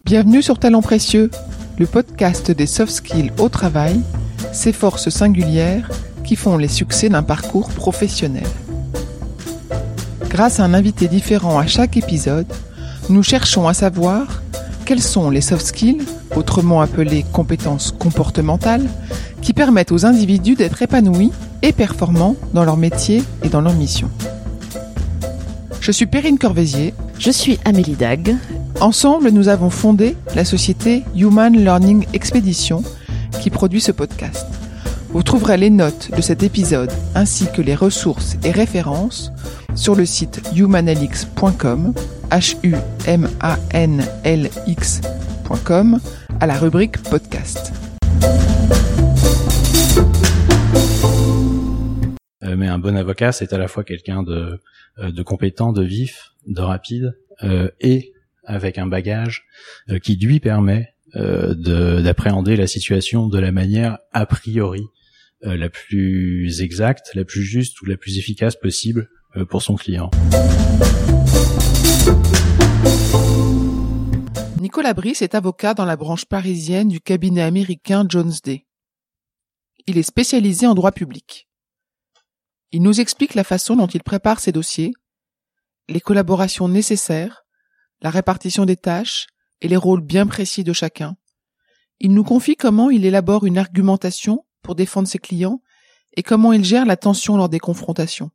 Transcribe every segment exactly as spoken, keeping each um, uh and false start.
Bienvenue sur Talents Précieux, le podcast des soft skills au travail, ces forces singulières qui font les succès d'un parcours professionnel. Grâce à un invité différent à chaque épisode, nous cherchons à savoir quels sont les soft skills, autrement appelés compétences comportementales, qui permettent aux individus d'être épanouis et performants dans leur métier et dans leur mission. Je suis Perrine Corvézier. Je suis Amélie Dag. Ensemble, nous avons fondé la société Human Learning Expedition qui produit ce podcast. Vous trouverez les notes de cet épisode ainsi que les ressources et références sur le site humanlx point com, H U M A N L X point com, à la rubrique podcast. Euh, mais un bon avocat, c'est à la fois quelqu'un de, euh, de compétent, de vif, de rapide, euh, et avec un bagage euh, qui lui permet euh, de, d'appréhender la situation de la manière a priori euh, la plus exacte, la plus juste ou la plus efficace possible euh, pour son client. Nicolas Brice est avocat dans la branche parisienne du cabinet américain Jones Day. Il est spécialisé en droit public. Il nous explique la façon dont il prépare ses dossiers, les collaborations nécessaires, la répartition des tâches et les rôles bien précis de chacun. Il nous confie comment il élabore une argumentation pour défendre ses clients et comment il gère la tension lors des confrontations.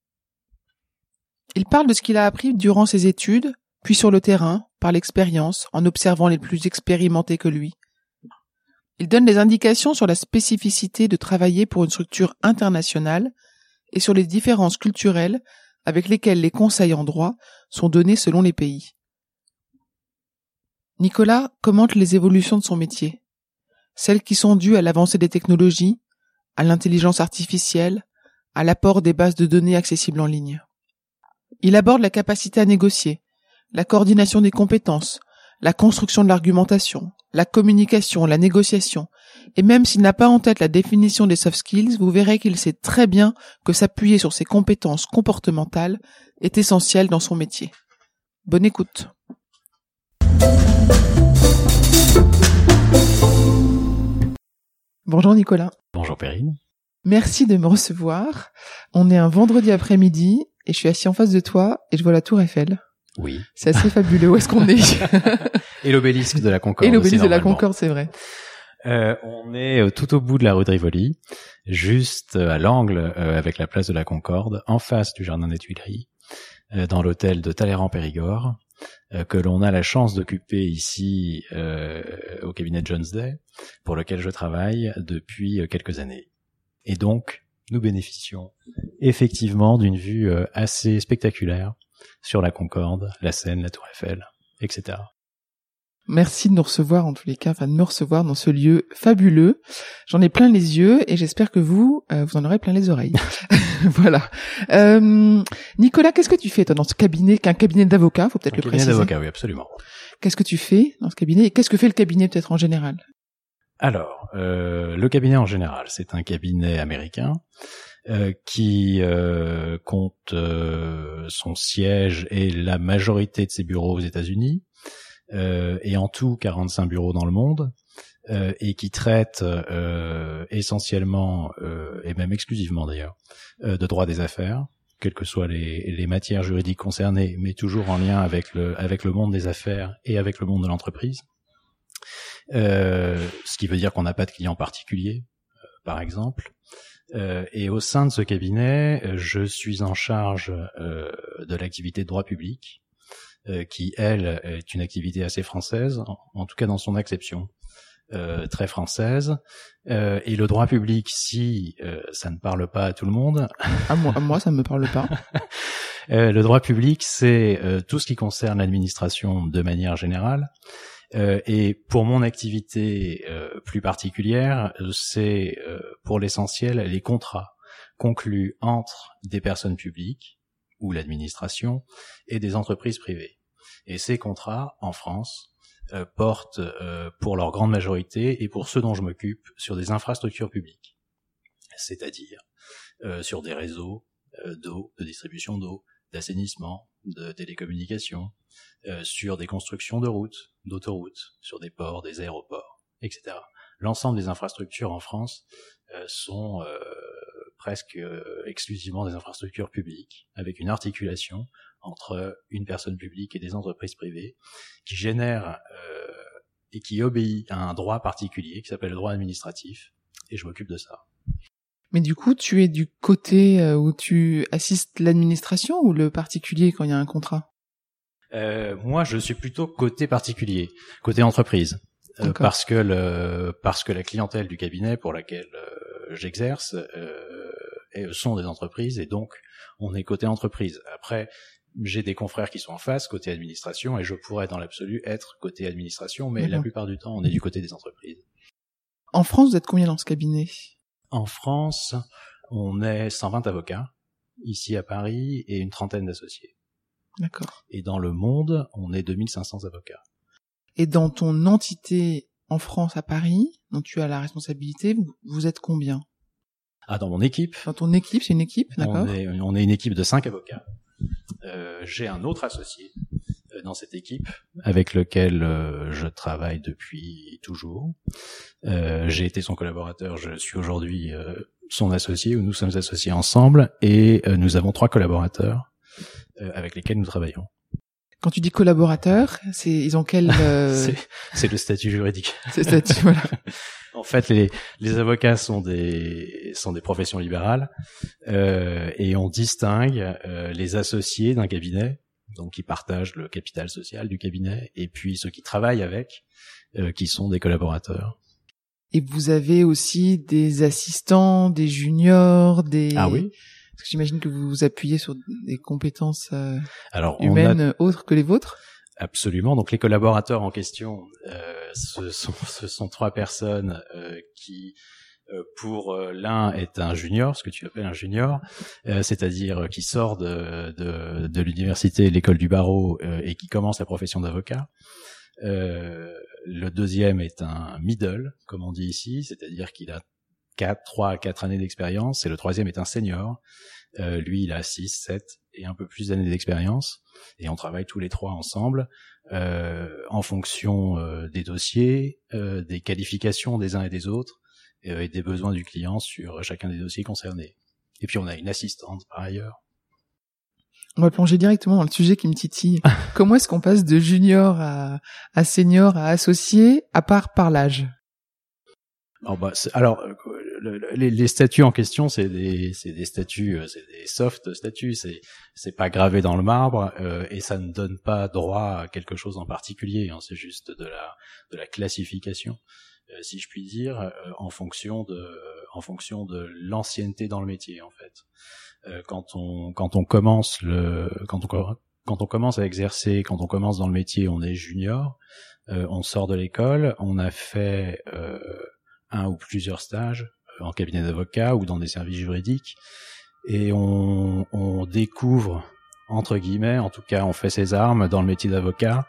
Il parle de ce qu'il a appris durant ses études, puis sur le terrain, par l'expérience, en observant les plus expérimentés que lui. Il donne des indications sur la spécificité de travailler pour une structure internationale et sur les différences culturelles avec lesquelles les conseils en droit sont donnés selon les pays. Nicolas commente les évolutions de son métier, celles qui sont dues à l'avancée des technologies, à l'intelligence artificielle, à l'apport des bases de données accessibles en ligne. Il aborde la capacité à négocier, la coordination des compétences, la construction de l'argumentation, la communication, la négociation, et même s'il n'a pas en tête la définition des soft skills, vous verrez qu'il sait très bien que s'appuyer sur ses compétences comportementales est essentiel dans son métier. Bonne écoute. Bonjour Nicolas. Bonjour Perrine. Merci de me recevoir. On est un vendredi après-midi et je suis assis en face de toi et je vois la Tour Eiffel. Oui. C'est assez fabuleux. Où est-ce qu'on est? Et l'obélisque de la Concorde. Et l'obélisque aussi, de la Concorde, c'est vrai. Euh, on est tout au bout de la rue de Rivoli, juste à l'angle euh, avec la place de la Concorde, en face du jardin des Tuileries, euh, dans l'hôtel de Talleyrand-Périgord, euh, que l'on a la chance d'occuper ici euh, au cabinet Jones Day, pour lequel je travaille depuis euh, quelques années. Et donc, nous bénéficions effectivement d'une vue euh, assez spectaculaire sur la Concorde, la Seine, la Tour Eiffel, et cetera. Merci de nous recevoir, en tous les cas, enfin de me recevoir dans ce lieu fabuleux. J'en ai plein les yeux et j'espère que vous, euh, vous en aurez plein les oreilles. Voilà. Euh, Nicolas, qu'est-ce que tu fais toi dans ce cabinet, qu'un cabinet d'avocats, faut peut-être Un le cabinet préciser. d'avocat, oui, absolument. Qu'est-ce que tu fais dans ce cabinet et qu'est-ce que fait le cabinet peut-être en général? Alors, euh, le cabinet en général, c'est un cabinet américain euh, qui euh, compte euh, son siège et la majorité de ses bureaux aux États-Unis. Euh, et en tout quarante-cinq bureaux dans le monde, euh, et qui traite euh, essentiellement, euh, et même exclusivement d'ailleurs, euh, de droit des affaires, quelles que soient les, les matières juridiques concernées, mais toujours en lien avec le, avec le monde des affaires et avec le monde de l'entreprise. Euh, ce qui veut dire qu'on n'a pas de clients particuliers, euh, par exemple. Euh, et au sein de ce cabinet, je suis en charge euh, de l'activité de droit public, Euh, qui, elle, est une activité assez française, en, en tout cas dans son acception, euh, très française. Euh, et le droit public, si euh, ça ne parle pas à tout le monde... À moi, à moi ça ne me parle pas. euh, le droit public, c'est euh, tout ce qui concerne l'administration de manière générale. Euh, et pour mon activité euh, plus particulière, c'est euh, pour l'essentiel les contrats conclus entre des personnes publiques ou l'administration et des entreprises privées. Et ces contrats, en France, euh, portent euh, pour leur grande majorité et pour ceux dont je m'occupe sur des infrastructures publiques, c'est-à-dire euh, sur des réseaux euh, d'eau, de distribution d'eau, d'assainissement, de télécommunications, euh, sur des constructions de routes, d'autoroutes, sur des ports, des aéroports, et cetera. L'ensemble des infrastructures en France euh, sont euh, presque euh, exclusivement des infrastructures publiques, avec une articulation entre une personne publique et des entreprises privées, qui génèrent euh, et qui obéit à un droit particulier qui s'appelle le droit administratif, et je m'occupe de ça. Mais du coup, tu es du côté euh, où tu assistes l'administration ou le particulier quand il y a un contrat ? euh, Moi, je suis plutôt côté particulier, côté entreprise, euh, parce que le parce que la clientèle du cabinet pour laquelle euh, j'exerce euh, et sont des entreprises, et donc on est côté entreprise. Après, j'ai des confrères qui sont en face, côté administration, et je pourrais dans l'absolu être côté administration, mais mmh. la plupart du temps, on est du côté des entreprises. En France, vous êtes combien dans ce cabinet ? En France, on est cent vingt avocats, ici à Paris, et une trentaine d'associés. D'accord. Et dans le monde, on est deux mille cinq cents avocats. Et dans ton entité en France, à Paris, dont tu as la responsabilité, vous, vous êtes combien ? Ah, dans mon équipe. Dans ton équipe, c'est une équipe, d'accord. On est, on est une équipe de cinq avocats. Euh, j'ai un autre associé euh, dans cette équipe avec lequel euh, je travaille depuis toujours. Euh, j'ai été son collaborateur, je suis aujourd'hui euh, son associé, ou nous sommes associés ensemble, et euh, nous avons trois collaborateurs euh, avec lesquels nous travaillons. Quand tu dis collaborateur, c'est ils ont quel euh... c'est, c'est le statut juridique. C'est le statut, voilà. En fait, les, les avocats sont des sont des professions libérales euh, et on distingue euh, les associés d'un cabinet, donc qui partagent le capital social du cabinet, et puis ceux qui travaillent avec, euh, qui sont des collaborateurs. Et vous avez aussi des assistants, des juniors, des... Ah oui. Parce que j'imagine que vous vous appuyez sur des compétences euh, Alors, humaines on a... autres que les vôtres. Absolument. Donc les collaborateurs en question, euh, ce sont ce sont trois personnes euh, qui, euh, pour euh, l'un est un junior, ce que tu appelles un junior, euh, c'est-à-dire qui sort de de, de l'université, l'école du barreau euh, et qui commence la profession d'avocat. Euh, le deuxième est un middle, comme on dit ici, c'est-à-dire qu'il a quatre, trois à quatre années d'expérience, et le troisième est un senior. Euh, lui, il a six, sept et un peu plus d'années d'expérience, et on travaille tous les trois ensemble euh, en fonction euh, des dossiers, euh, des qualifications des uns et des autres, euh, et des besoins du client sur chacun des dossiers concernés. Et puis on a une assistante par ailleurs. On va plonger directement dans le sujet qui me titille. Comment est-ce qu'on passe de junior à, à senior à associé, à part par l'âge ? Alors, bah, alors le, le, les, les statuts en question, c'est des, c'est des statuts, c'est des soft statuts, c'est, c'est pas gravé dans le marbre, euh, et ça ne donne pas droit à quelque chose en particulier. Hein, c'est juste de la, de la classification, euh, si je puis dire, euh, en fonction de, en fonction de l'ancienneté dans le métier, en fait. Euh, quand on, quand on commence le, quand on, quand on commence à exercer, quand on commence dans le métier, on est junior, euh, on sort de l'école, on a fait euh, un ou plusieurs stages en cabinet d'avocat ou dans des services juridiques, et on, on découvre, entre guillemets, en tout cas on fait ses armes dans le métier d'avocat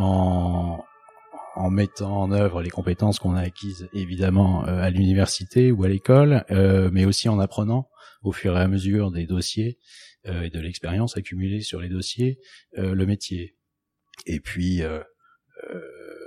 en, en mettant en œuvre les compétences qu'on a acquises évidemment euh, à l'université ou à l'école, euh, mais aussi en apprenant au fur et à mesure des dossiers euh, et de l'expérience accumulée sur les dossiers, euh, le métier. Et puis euh, euh,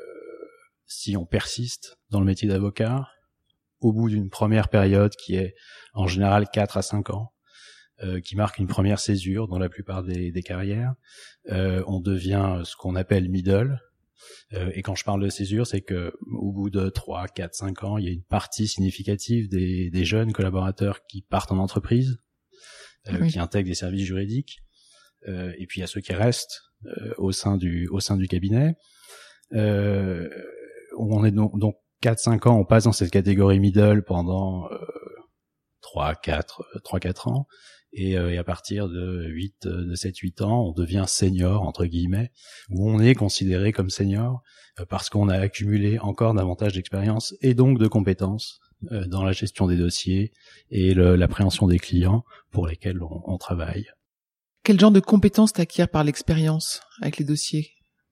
si on persiste dans le métier d'avocat, au bout d'une première période qui est en général quatre à cinq ans, euh, qui marque une première césure dans la plupart des, des carrières, euh, on devient ce qu'on appelle middle. Euh, et quand je parle de césure, c'est que au bout de trois, quatre, cinq ans, il y a une partie significative des, des jeunes collaborateurs qui partent en entreprise, euh, oui. qui intègrent des services juridiques, euh, et puis il y a ceux qui restent euh, au sein du au sein du cabinet. Euh, on est donc, donc quatre cinq ans, on passe dans cette catégorie middle pendant euh, trois quatre ans, et, euh, et à partir de huit de sept huit ans, on devient senior entre guillemets, où on est considéré comme senior euh, parce qu'on a accumulé encore davantage d'expérience et donc de compétences euh, dans la gestion des dossiers et le, l'appréhension des clients pour lesquels on, on travaille. Quel genre de compétences t'acquiers par l'expérience avec les dossiers ?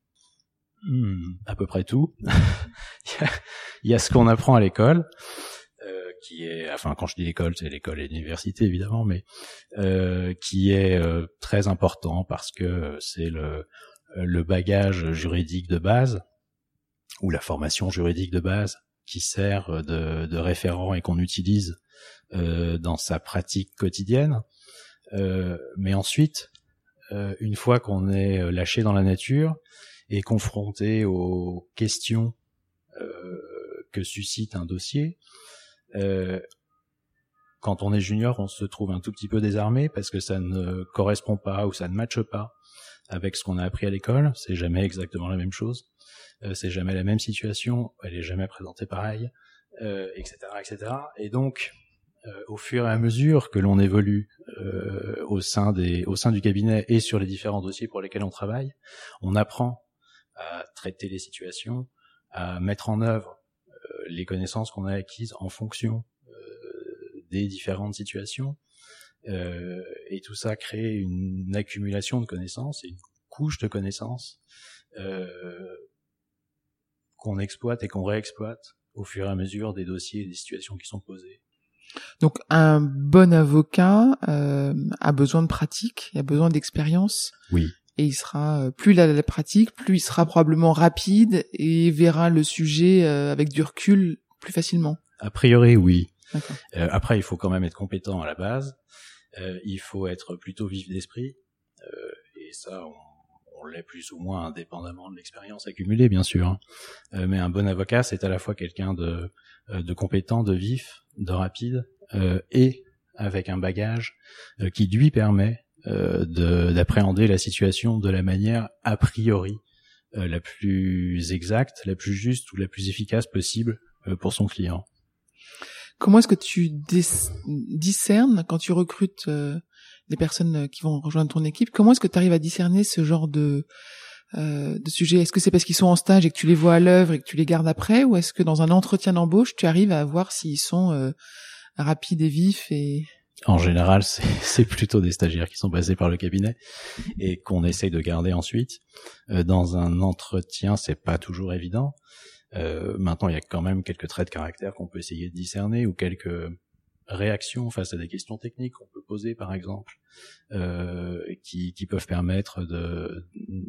Hmm, à peu près tout. il, y a, il y a ce qu'on apprend à l'école, euh, qui est, enfin quand je dis l'école, c'est l'école et l'université évidemment, mais euh, qui est euh, très important parce que c'est le le bagage juridique de base ou la formation juridique de base qui sert de, de référent et qu'on utilise euh, dans sa pratique quotidienne. Euh, mais ensuite, euh, une fois qu'on est lâché dans la nature et confronté aux questions euh, que suscite un dossier, euh, quand on est junior, on se trouve un tout petit peu désarmé parce que ça ne correspond pas ou ça ne matche pas avec ce qu'on a appris à l'école. C'est jamais exactement la même chose. Euh, c'est jamais la même situation. Elle est jamais présentée pareil, euh, et cetera, et cetera. Et donc, euh, au fur et à mesure que l'on évolue euh, au sein des, au sein du cabinet et sur les différents dossiers pour lesquels on travaille, on apprend à traiter les situations, à mettre en œuvre euh, les connaissances qu'on a acquises en fonction des différentes situations, euh, et tout ça crée une accumulation de connaissances et une couche de connaissances euh, qu'on exploite et qu'on réexploite au fur et à mesure des dossiers et des situations qui sont posées. Donc un bon avocat euh, a besoin de pratique, il a besoin d'expérience. Oui. Et il sera, plus il a la pratique, plus il sera probablement rapide et verra le sujet euh, avec du recul plus facilement. A priori, oui. Euh, après, il faut quand même être compétent à la base. Euh, il faut être plutôt vif d'esprit. Euh, et ça, on, on l'est plus ou moins indépendamment de l'expérience accumulée, bien sûr. Euh, mais un bon avocat, c'est à la fois quelqu'un de, de compétent, de vif, de rapide, euh, et avec un bagage euh, qui lui permet euh, de, d'appréhender la situation de la manière a priori euh, la plus exacte, la plus juste ou la plus efficace possible euh, pour son client. Comment est-ce que tu dis- discernes quand tu recrutes euh, les personnes qui vont rejoindre ton équipe? Comment est-ce que tu arrives à discerner ce genre de euh, de sujet? Est-ce que c'est parce qu'ils sont en stage et que tu les vois à l'œuvre et que tu les gardes après, ou est-ce que dans un entretien d'embauche, tu arrives à voir s'ils sont euh, rapides et vifs et... En général, c'est, c'est plutôt des stagiaires qui sont passés par le cabinet et qu'on essaye de garder ensuite. Euh, dans un entretien, c'est pas toujours évident. Euh, maintenant, il y a quand même quelques traits de caractère qu'on peut essayer de discerner ou quelques réactions face à des questions techniques qu'on peut poser, par exemple, euh, qui, qui peuvent permettre de,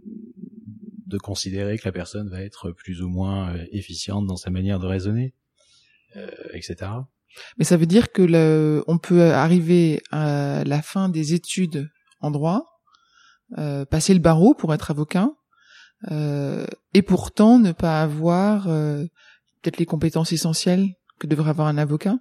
de considérer que la personne va être plus ou moins efficiente dans sa manière de raisonner, euh, et cetera. Mais ça veut dire que le, on peut arriver à la fin des études en droit, euh, passer le barreau pour être avocat, Euh, et pourtant ne pas avoir euh, peut-être les compétences essentielles que devrait avoir un avocat.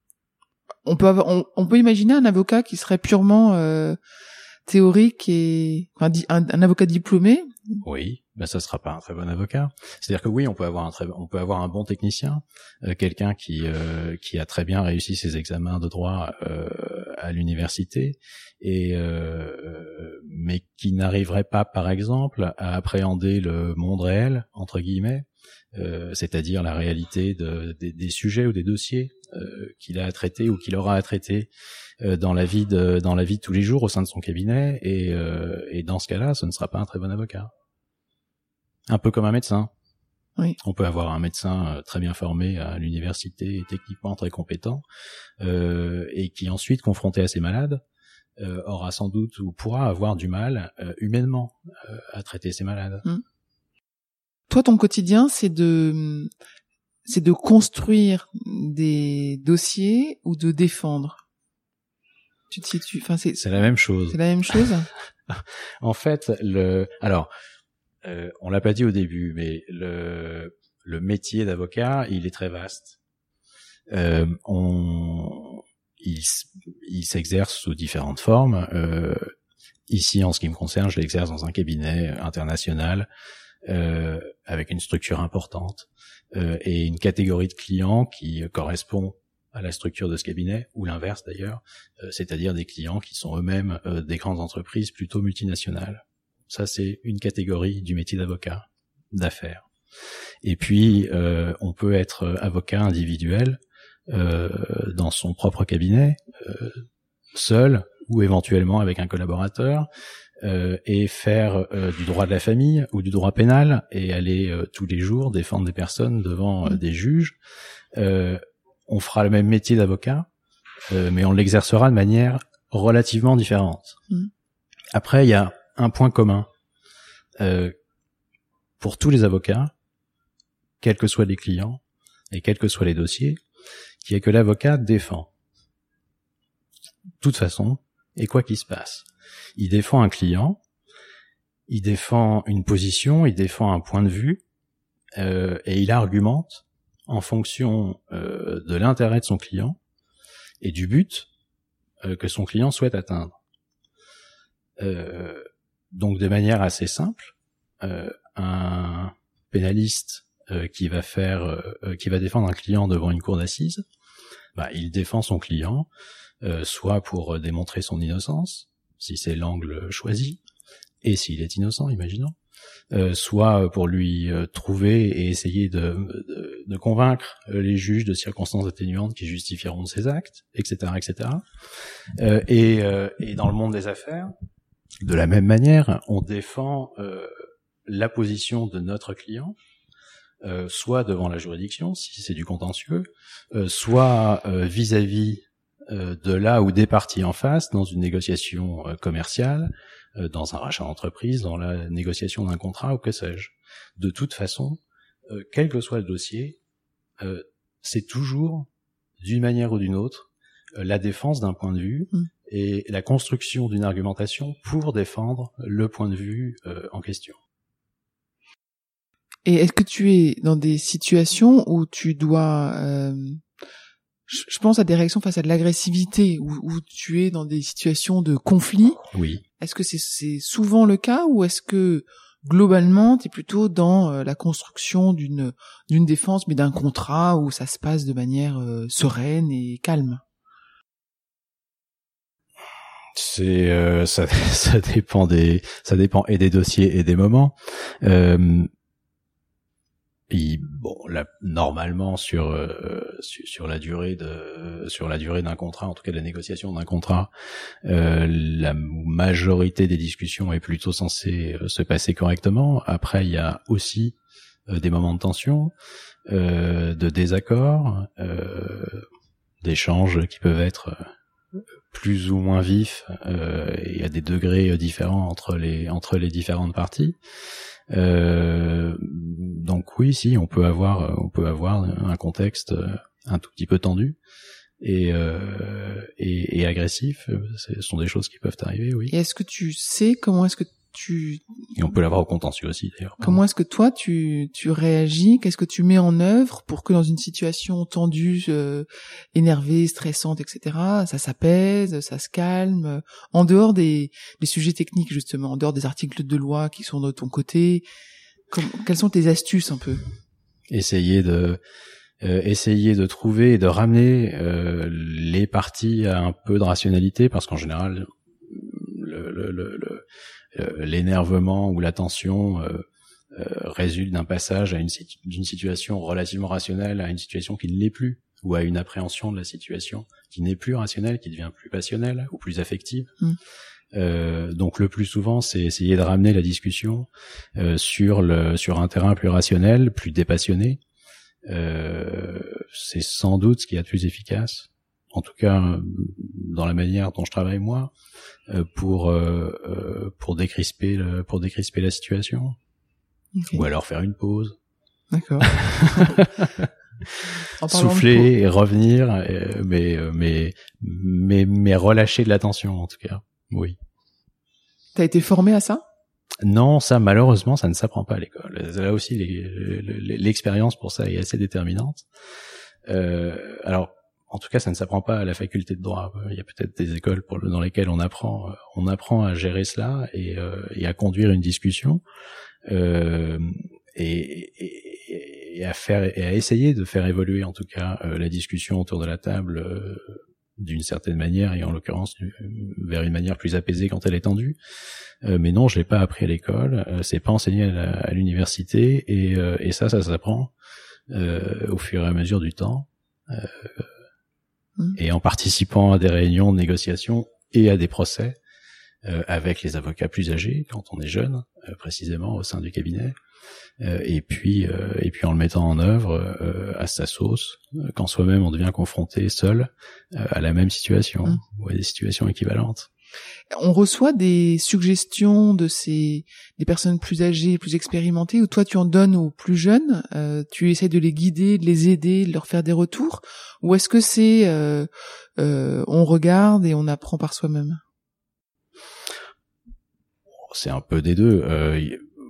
On peut avoir, on, on peut imaginer un avocat qui serait purement euh, théorique et enfin, un, un avocat diplômé. Oui, ben ça sera pas un très bon avocat. C'est-à-dire que oui, on peut avoir un très, on peut avoir un bon technicien, euh, quelqu'un qui euh, qui a très bien réussi ses examens de droit euh, à l'université, et euh, mais qui n'arriverait pas, par exemple, à appréhender le monde réel entre guillemets, euh, c'est-à-dire la réalité de, des, des sujets ou des dossiers euh, qu'il a à traiter ou qu'il aura à traiter euh, dans la vie de dans la vie de tous les jours au sein de son cabinet, et, euh, et dans ce cas-là, ce ne sera pas un très bon avocat. Un peu comme un médecin. Oui. On peut avoir un médecin très bien formé à l'université et techniquement très compétent, euh, et qui ensuite, confronté à ses malades, euh, aura sans doute ou pourra avoir du mal euh, humainement euh, à traiter ses malades. Mmh. Toi, ton quotidien, c'est de c'est de construire des dossiers ou de défendre? Tu te situes, enfin c'est c'est la même chose. C'est la même chose. En fait, le alors euh, on l'a pas dit au début, mais le le métier d'avocat, il est très vaste. Euh, on il, il s'exerce sous différentes formes. Euh, ici, en ce qui me concerne, je l'exerce dans un cabinet international euh, avec une structure importante euh, et une catégorie de clients qui correspond à la structure de ce cabinet, ou l'inverse d'ailleurs, euh, c'est-à-dire des clients qui sont eux-mêmes euh, des grandes entreprises plutôt multinationales. Ça, c'est une catégorie du métier d'avocat, d'affaires. Et puis, euh, on peut être avocat individuel euh, dans son propre cabinet, euh, seul ou éventuellement avec un collaborateur, euh, et faire euh, du droit de la famille ou du droit pénal et aller euh, tous les jours défendre des personnes devant euh, des juges. Euh, on fera le même métier d'avocat, euh, mais on l'exercera de manière relativement différente. Mmh. Après, il y a un point commun euh, pour tous les avocats, quels que soient les clients et quels que soient les dossiers, qui est que l'avocat défend. De toute façon, et quoi qu'il se passe. Il défend un client, il défend une position, il défend un point de vue, euh, et il argumente en fonction euh, de l'intérêt de son client et du but euh, que son client souhaite atteindre. Euh, donc de manière assez simple, euh, un pénaliste euh, qui va faire, euh, qui va défendre un client devant une cour d'assises, bah, il défend son client, euh, soit pour démontrer son innocence, si c'est l'angle choisi, et s'il est innocent, imaginons, euh, soit pour lui euh, trouver et essayer de, de, de convaincre les juges de circonstances atténuantes qui justifieront de ses actes, et cetera, et cetera. Euh, et, euh, et dans le monde des affaires, de la même manière, on défend euh, la position de notre client, euh, soit devant la juridiction, si c'est du contentieux, euh, soit euh, vis-à-vis euh, de là ou des parties en face, dans une négociation euh, commerciale, euh, dans un rachat d'entreprise, dans la négociation d'un contrat ou que sais-je. De toute façon, euh, quel que soit le dossier, euh, c'est toujours, d'une manière ou d'une autre, euh, la défense d'un point de vue mmh. et la construction d'une argumentation pour défendre le point de vue euh, en question. Et est-ce que tu es dans des situations où tu dois... Euh, je pense à des réactions face à de l'agressivité, où, où tu es dans des situations de conflit. Oui. Est-ce que c'est, c'est souvent le cas, ou est-ce que globalement tu es plutôt dans euh, la construction d'une, d'une défense, mais d'un contrat où ça se passe de manière euh, sereine et calme ? C'est euh, ça, ça dépend des, ça dépend et des dossiers et des moments. Euh, et bon, là, normalement sur, euh, sur sur la durée de, sur la durée d'un contrat, en tout cas de la négociation d'un contrat, euh, la majorité des discussions est plutôt censée euh, se passer correctement. Après, il y a aussi euh, des moments de tension, euh, de désaccord, euh, d'échanges qui peuvent être plus ou moins vifs, euh, et à des degrés différents entre les entre les différentes parties. Euh, donc oui, si on peut avoir on peut avoir un contexte un tout petit peu tendu et euh, et, et agressif. Ce sont des choses qui peuvent arriver, oui. Et est-ce que tu sais comment est-ce que tu et on peut l'avoir au contentieux aussi d'ailleurs. Comment est-ce que toi tu tu réagis? Qu'est-ce que tu mets en œuvre pour que dans une situation tendue, euh, énervée, stressante, et cetera, ça s'apaise, ça se calme, en dehors des des sujets techniques justement, en dehors des articles de loi qui sont de ton côté? Comme, quelles sont tes astuces un peu? Essayer de euh, essayer de trouver et de ramener euh, les parties à un peu de rationalité, parce qu'en général le le le, le Euh, l'énervement ou la tension euh, euh, résulte d'un passage à une situ- d'une situation relativement rationnelle à une situation qui ne l'est plus, ou à une appréhension de la situation qui n'est plus rationnelle, qui devient plus passionnelle ou plus affective. Mmh. Euh, donc le plus souvent, c'est essayer de ramener la discussion euh, sur le sur un terrain plus rationnel, plus dépassionné. Euh, c'est sans doute ce qui est le plus efficace. En tout cas, dans la manière dont je travaille moi, euh, pour euh, pour décrisper le, pour décrisper la situation, okay. Ou alors faire une pause. D'accord. Souffler et revenir, et, mais mais mais mais relâcher de la tension en tout cas. Oui. T'as été formé à ça? Non, ça malheureusement, ça ne s'apprend pas à l'école. Là aussi, les, les, l'expérience pour ça est assez déterminante. Euh, alors. En tout cas, ça ne s'apprend pas à la faculté de droit. Il y a peut-être des écoles pour le, dans lesquelles on apprend, on apprend à gérer cela et, euh, et à conduire une discussion euh, et, et, et à faire et à essayer de faire évoluer en tout cas euh, la discussion autour de la table euh, d'une certaine manière et en l'occurrence vers une manière plus apaisée quand elle est tendue. Euh, mais non, je l'ai pas appris à l'école. Euh, c'est pas enseigné à, la, à l'université et, euh, et ça, ça s'apprend euh, au fur et à mesure du temps. Euh, Et en participant à des réunions de négociation et à des procès euh, avec les avocats plus âgés quand on est jeune, euh, précisément au sein du cabinet, euh, et puis euh, et puis en le mettant en œuvre euh, à sa sauce quand soi-même on devient confronté seul euh, à la même situation mmh. ou à des situations équivalentes. On reçoit des suggestions de ces des personnes plus âgées, plus expérimentées, ou toi tu en donnes aux plus jeunes, euh, tu essaies de les guider, de les aider, de leur faire des retours, ou est-ce que c'est euh, euh, on regarde et on apprend par soi-même? C'est un peu des deux. Euh,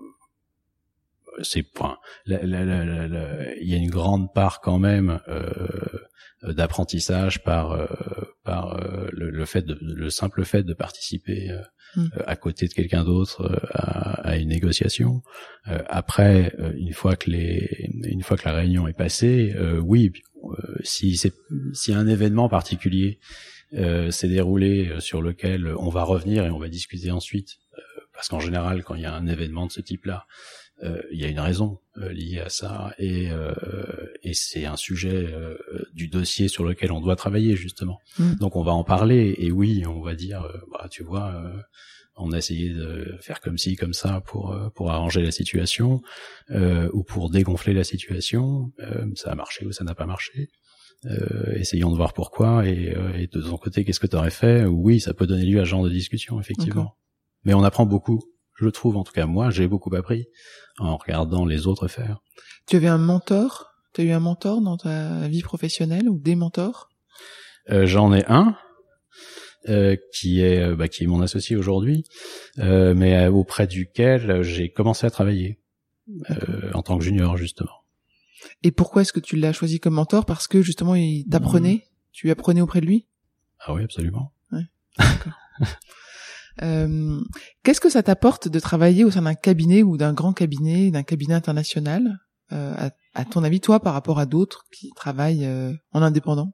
c'est enfin, la, la, la, la, la, il y a une grande part quand même euh, d'apprentissage par euh, par euh, le, le fait de le simple fait de participer euh, mm. à côté de quelqu'un d'autre euh, à, à une négociation. Euh, après, euh, une fois que les une fois que la réunion est passée, euh, oui, euh, si c'est si un événement particulier euh, s'est déroulé sur lequel on va revenir et on va discuter ensuite, euh, parce qu'en général, quand il y a un événement de ce type-là, Euh, il y a une raison euh, liée à ça et, euh, et c'est un sujet euh, du dossier sur lequel on doit travailler justement. Mmh. Donc on va en parler et oui, on va dire, euh, bah tu vois, euh, on a essayé de faire comme ci, comme ça pour pour arranger la situation euh, ou pour dégonfler la situation. Euh, ça a marché ou ça n'a pas marché. Euh, essayons de voir pourquoi et, euh, et de ton côté, qu'est-ce que tu aurais fait? Oui, ça peut donner lieu à ce genre de discussion effectivement. Okay. Mais on apprend beaucoup. Je trouve, en tout cas moi, j'ai beaucoup appris en regardant les autres faire. Tu avais un mentor? Tu as eu un mentor dans ta vie professionnelle ou des mentors? euh, J'en ai un euh, qui est bah, qui est mon associé aujourd'hui, euh, mais euh, auprès duquel j'ai commencé à travailler euh, en tant que junior justement. Et pourquoi est-ce que tu l'as choisi comme mentor? Parce que justement il t'apprenait, mmh. tu apprenais auprès de lui? Ah oui, absolument. Ouais. D'accord. Euh, qu'est-ce que ça t'apporte de travailler au sein d'un cabinet ou d'un grand cabinet, d'un cabinet international, euh, à, à ton avis, toi, par rapport à d'autres qui travaillent euh, en indépendant?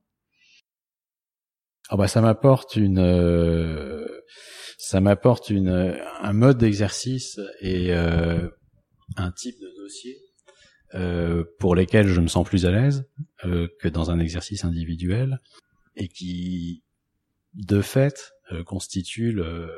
Ah bah ça m'apporte une, euh, ça m'apporte une, un mode d'exercice et euh, un type de dossier euh, pour lesquels je me sens plus à l'aise euh, que dans un exercice individuel et qui, de fait, euh, constitue le,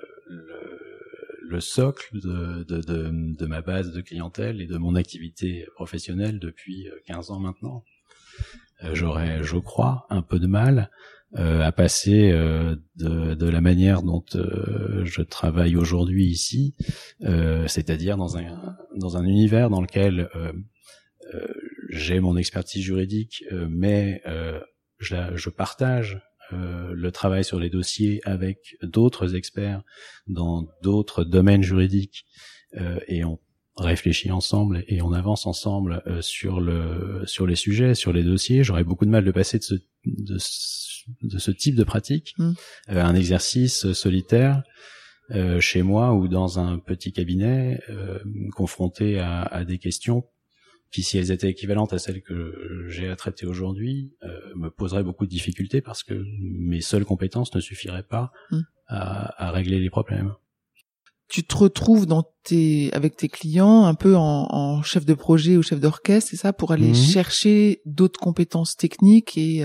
le, le socle de, de, de, de ma base de clientèle et de mon activité professionnelle depuis quinze ans maintenant. Euh, j'aurais, je crois, un peu de mal euh, à passer euh, de, de la manière dont euh, je travaille aujourd'hui ici, euh, c'est-à-dire dans un, dans un univers dans lequel euh, euh, j'ai mon expertise juridique, euh, mais euh, je, la, je partage Euh, le travail sur les dossiers avec d'autres experts dans d'autres domaines juridiques euh, et on réfléchit ensemble et on avance ensemble euh, sur le sur les sujets, sur les dossiers. J'aurais beaucoup de mal de passer de ce de ce, de ce type de pratique mmh. euh, un exercice solitaire euh, chez moi ou dans un petit cabinet euh, confronté à, à des questions qui, si elles étaient équivalentes à celles que j'ai à traiter aujourd'hui, euh, me poseraient beaucoup de difficultés parce que mes seules compétences ne suffiraient pas mmh. à, à régler les problèmes. Tu te retrouves dans tes, avec tes clients un peu en, en chef de projet ou chef d'orchestre, c'est ça, pour aller mmh. chercher d'autres compétences techniques et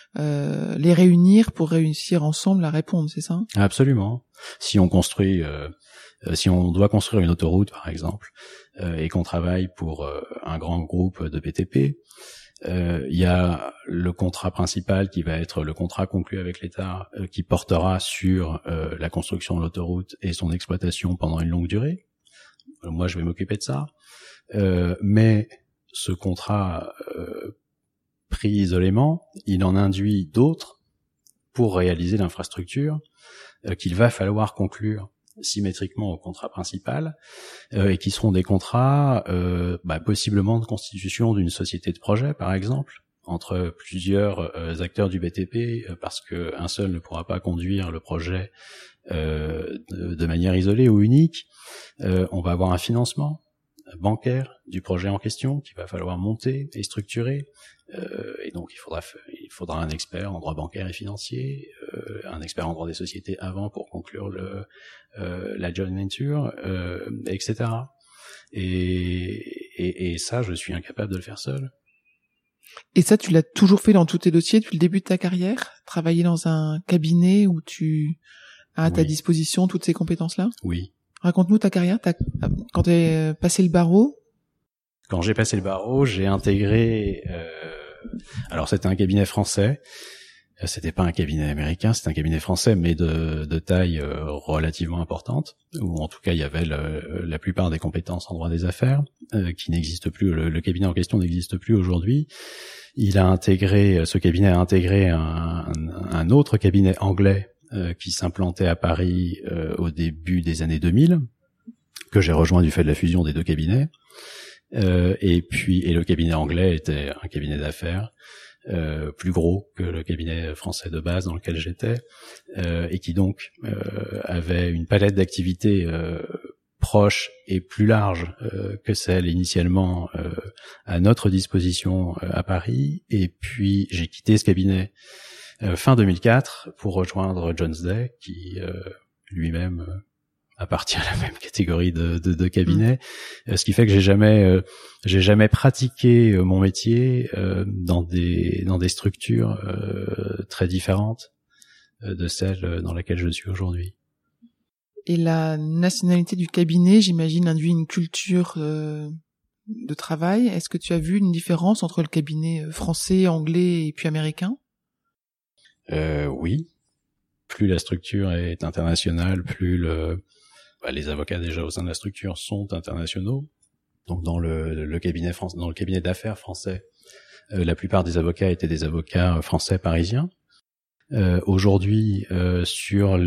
euh, les réunir pour réussir ensemble à répondre, c'est ça? Absolument. Si on construit, euh, si on doit construire une autoroute, par exemple, euh, et qu'on travaille pour euh, un grand groupe de B T P, euh, il y a le contrat principal qui va être le contrat conclu avec l'État euh, qui portera sur euh, la construction de l'autoroute et son exploitation pendant une longue durée. Euh, moi, je vais m'occuper de ça. Euh, mais ce contrat euh, pris isolément, il en induit d'autres pour réaliser l'infrastructure euh, qu'il va falloir conclure symétriquement au contrat principal euh, et qui seront des contrats euh, bah, possiblement de constitution d'une société de projet, par exemple, entre plusieurs euh, acteurs du B T P, euh, parce que un seul ne pourra pas conduire le projet euh, de, de manière isolée ou unique. Euh, on va avoir un financement bancaire du projet en question qu'il va falloir monter et structurer. Euh, et donc il faudra il faudra un expert en droit bancaire et financier, euh, un expert en droit des sociétés avant pour conclure le euh, la joint venture, euh, et cetera. Et, et et ça, je suis incapable de le faire seul. Et ça, tu l'as toujours fait dans tous tes dossiers depuis le début de ta carrière, travailler dans un cabinet où tu as à ta oui. disposition toutes ces compétences-là? Oui. Raconte-nous ta carrière. T'as, quand tu as passé le barreau. Quand j'ai passé le barreau, j'ai intégré. Euh, alors c'était un cabinet français C'était pas un cabinet américain, c'était un cabinet français, mais de, de taille euh, relativement importante, où en tout cas il y avait le, la plupart des compétences en droit des affaires, euh, qui n'existent plus. Le, le cabinet en question n'existe plus aujourd'hui. Il a intégré, ce cabinet a intégré un, un, un autre cabinet anglais euh, qui s'implantait à Paris euh, au début des années deux mille, que j'ai rejoint du fait de la fusion des deux cabinets. Euh, et puis, et le cabinet anglais était un cabinet d'affaires. Euh, plus gros que le cabinet français de base dans lequel j'étais, euh, et qui donc euh, avait une palette d'activités euh, proche et plus large euh, que celle initialement euh, à notre disposition euh, à Paris. Et puis j'ai quitté ce cabinet euh, fin deux mille quatre pour rejoindre Jones Day, qui euh, lui-même euh, appartient à la même catégorie de, de, de cabinets, mmh. ce qui fait que j'ai jamais, euh, j'ai jamais pratiqué euh, mon métier euh, dans des dans des structures euh, très différentes euh, de celle dans laquelle je suis aujourd'hui. Et la nationalité du cabinet, j'imagine, induit une culture euh, de travail. Est-ce que tu as vu une différence entre le cabinet français, anglais et puis américain ? euh, Oui. Plus la structure est internationale, plus le Bah, les avocats déjà au sein de la structure sont internationaux. Donc dans le, le cabinet France, dans le cabinet d'affaires français, euh, la plupart des avocats étaient des avocats français parisiens. Euh, aujourd'hui, euh, sur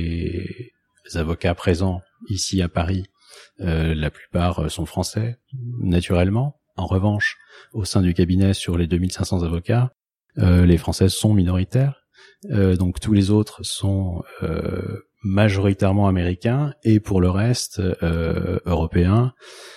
les avocats présents ici à Paris, euh, la plupart sont français, naturellement. En revanche, au sein du cabinet, sur les deux mille cinq cents avocats, euh, les Français sont minoritaires. Euh, donc tous les autres sont euh, majoritairement américains et pour le reste euh, européens,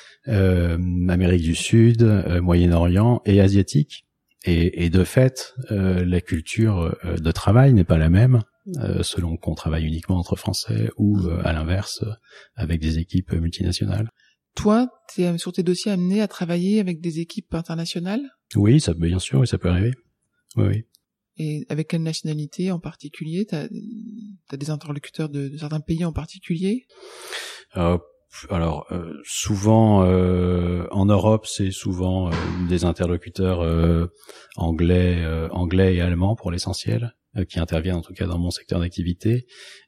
euh, Amérique du Sud, euh, Moyen-Orient et asiatique. Et, et de fait, euh, la culture euh, de travail n'est pas la même euh, selon qu'on travaille uniquement entre Français ou euh, à l'inverse avec des équipes multinationales. Toi, t'es sur tes dossiers amené à travailler avec des équipes internationales ? Oui, ça bien sûr, oui, ça peut arriver. Oui, oui. Et avec quelle nationalité en particulier ? T'as, t'as des interlocuteurs de, de certains pays en particulier ? euh, Alors, euh, souvent, euh, en Europe, c'est souvent euh, des interlocuteurs euh, anglais, euh, anglais et allemands pour l'essentiel, euh, qui interviennent en tout cas dans mon secteur d'activité,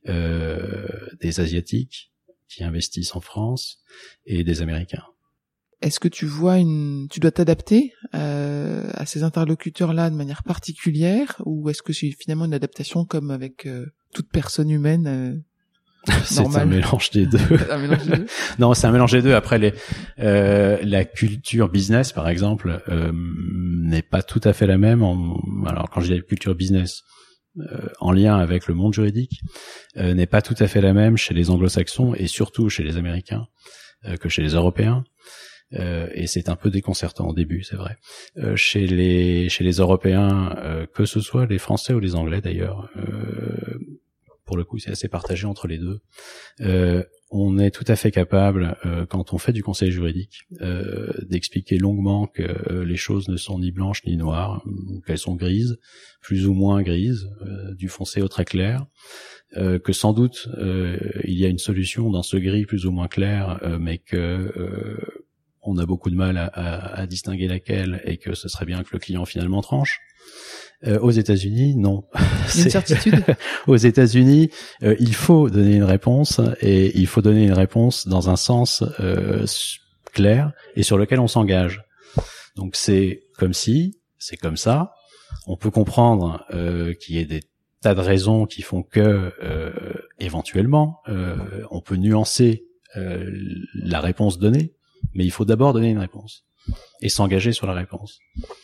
euh, des Asiatiques qui investissent en France et des Américains. Est-ce que tu vois une, tu dois t'adapter euh, à ces interlocuteurs-là de manière particulière, ou est-ce que c'est finalement une adaptation comme avec euh, toute personne humaine euh, C'est un mélange des deux. un mélange des deux. Non, c'est un mélange des deux. Après, les, euh, la culture business, par exemple, euh, n'est pas tout à fait la même. En, alors, quand je dis culture business, euh, en lien avec le monde juridique, euh, n'est pas tout à fait la même chez les anglo-saxons et surtout chez les Américains euh, que chez les Européens. Euh, et c'est un peu déconcertant au début, c'est vrai. Euh, chez les chez les Européens, euh, que ce soit les Français ou les Anglais d'ailleurs, euh, pour le coup, c'est assez partagé entre les deux. Euh, on est tout à fait capable, euh, quand on fait du conseil juridique, euh, d'expliquer longuement que euh, les choses ne sont ni blanches ni noires, qu'elles sont grises, plus ou moins grises, euh, du foncé au très clair. Euh, que sans doute euh, il y a une solution dans ce gris plus ou moins clair, euh, mais que euh, on a beaucoup de mal à, à, à distinguer laquelle et que ce serait bien que le client finalement tranche. Euh, aux États-Unis, non. Il y a une certitude. Aux États-Unis, euh, il faut donner une réponse et il faut donner une réponse dans un sens euh, clair et sur lequel on s'engage. Donc c'est comme si, c'est comme ça. On peut comprendre euh, qu'il y ait des tas de raisons qui font que euh, éventuellement euh, on peut nuancer euh, la réponse donnée, mais il faut d'abord donner une réponse et s'engager sur la réponse.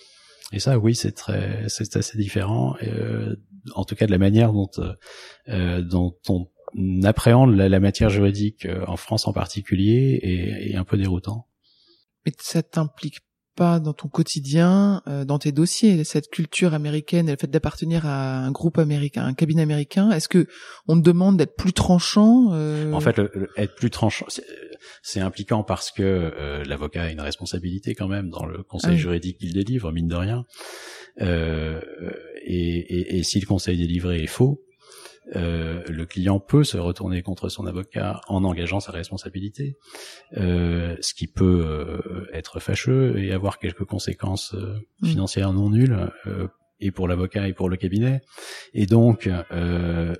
Et ça, oui, c'est très, c'est assez différent, euh, en tout cas de la manière dont euh, dont on appréhende la, la matière juridique euh, en France en particulier, et, et un peu déroutant. Mais ça t'implique pas dans ton quotidien, euh, dans tes dossiers, cette culture américaine et le fait d'appartenir à un groupe américain, un cabinet américain? Est-ce que on te demande d'être plus tranchant euh... En fait, le, le, être plus tranchant, c'est, c'est impliquant parce que euh, l'avocat a une responsabilité quand même dans le conseil ah oui. juridique qu'il délivre, mine de rien. Euh, et, et, et si le conseil délivré est faux, Euh, le client peut se retourner contre son avocat en engageant sa responsabilité, euh, ce qui peut euh, être fâcheux et avoir quelques conséquences euh, financières non nulles, euh, et pour l'avocat et pour le cabinet. Et donc, euh, euh,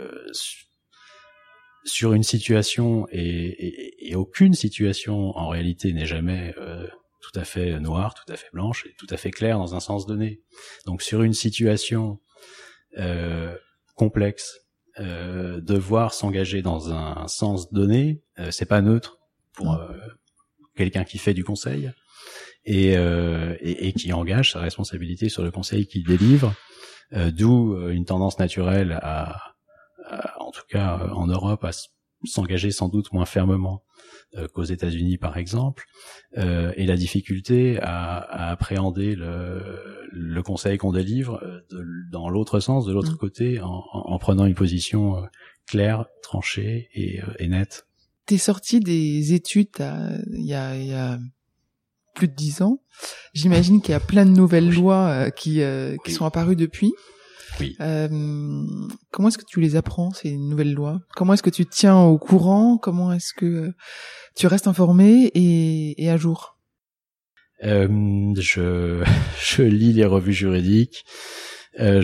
sur une situation, et, et, et aucune situation en réalité n'est jamais euh, tout à fait noire, tout à fait blanche et tout à fait claire dans un sens donné. Donc sur une situation euh, complexe, euh, devoir s'engager dans un, un sens donné, euh, c'est pas neutre pour euh, quelqu'un qui fait du conseil et, euh, et, et qui engage sa responsabilité sur le conseil qu'il délivre, euh, d'où euh, une tendance naturelle à en tout cas en Europe, à s'engager sans doute moins fermement euh, qu'aux États-Unis par exemple, euh, et la difficulté à, à appréhender le, le conseil qu'on délivre de, dans l'autre sens, de l'autre mmh. côté, en, en prenant une position euh, claire, tranchée et, euh, et nette. T'es sorti des études il y a, y a plus de dix ans. J'imagine qu'il y a plein de nouvelles oui. lois euh, qui, euh, qui oui. sont apparues depuis. Oui. Euh, comment est-ce que tu les apprends, ces nouvelles lois? Comment est-ce que tu te tiens au courant? Comment est-ce que tu restes informé et, et à jour? euh, je, je lis les revues juridiques, euh,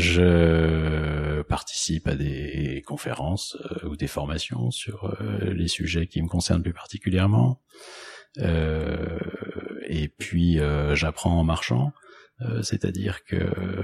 je participe à des conférences euh, ou des formations sur euh, les sujets qui me concernent plus particulièrement, euh, et puis euh, j'apprends en marchant. Euh, c'est-à-dire que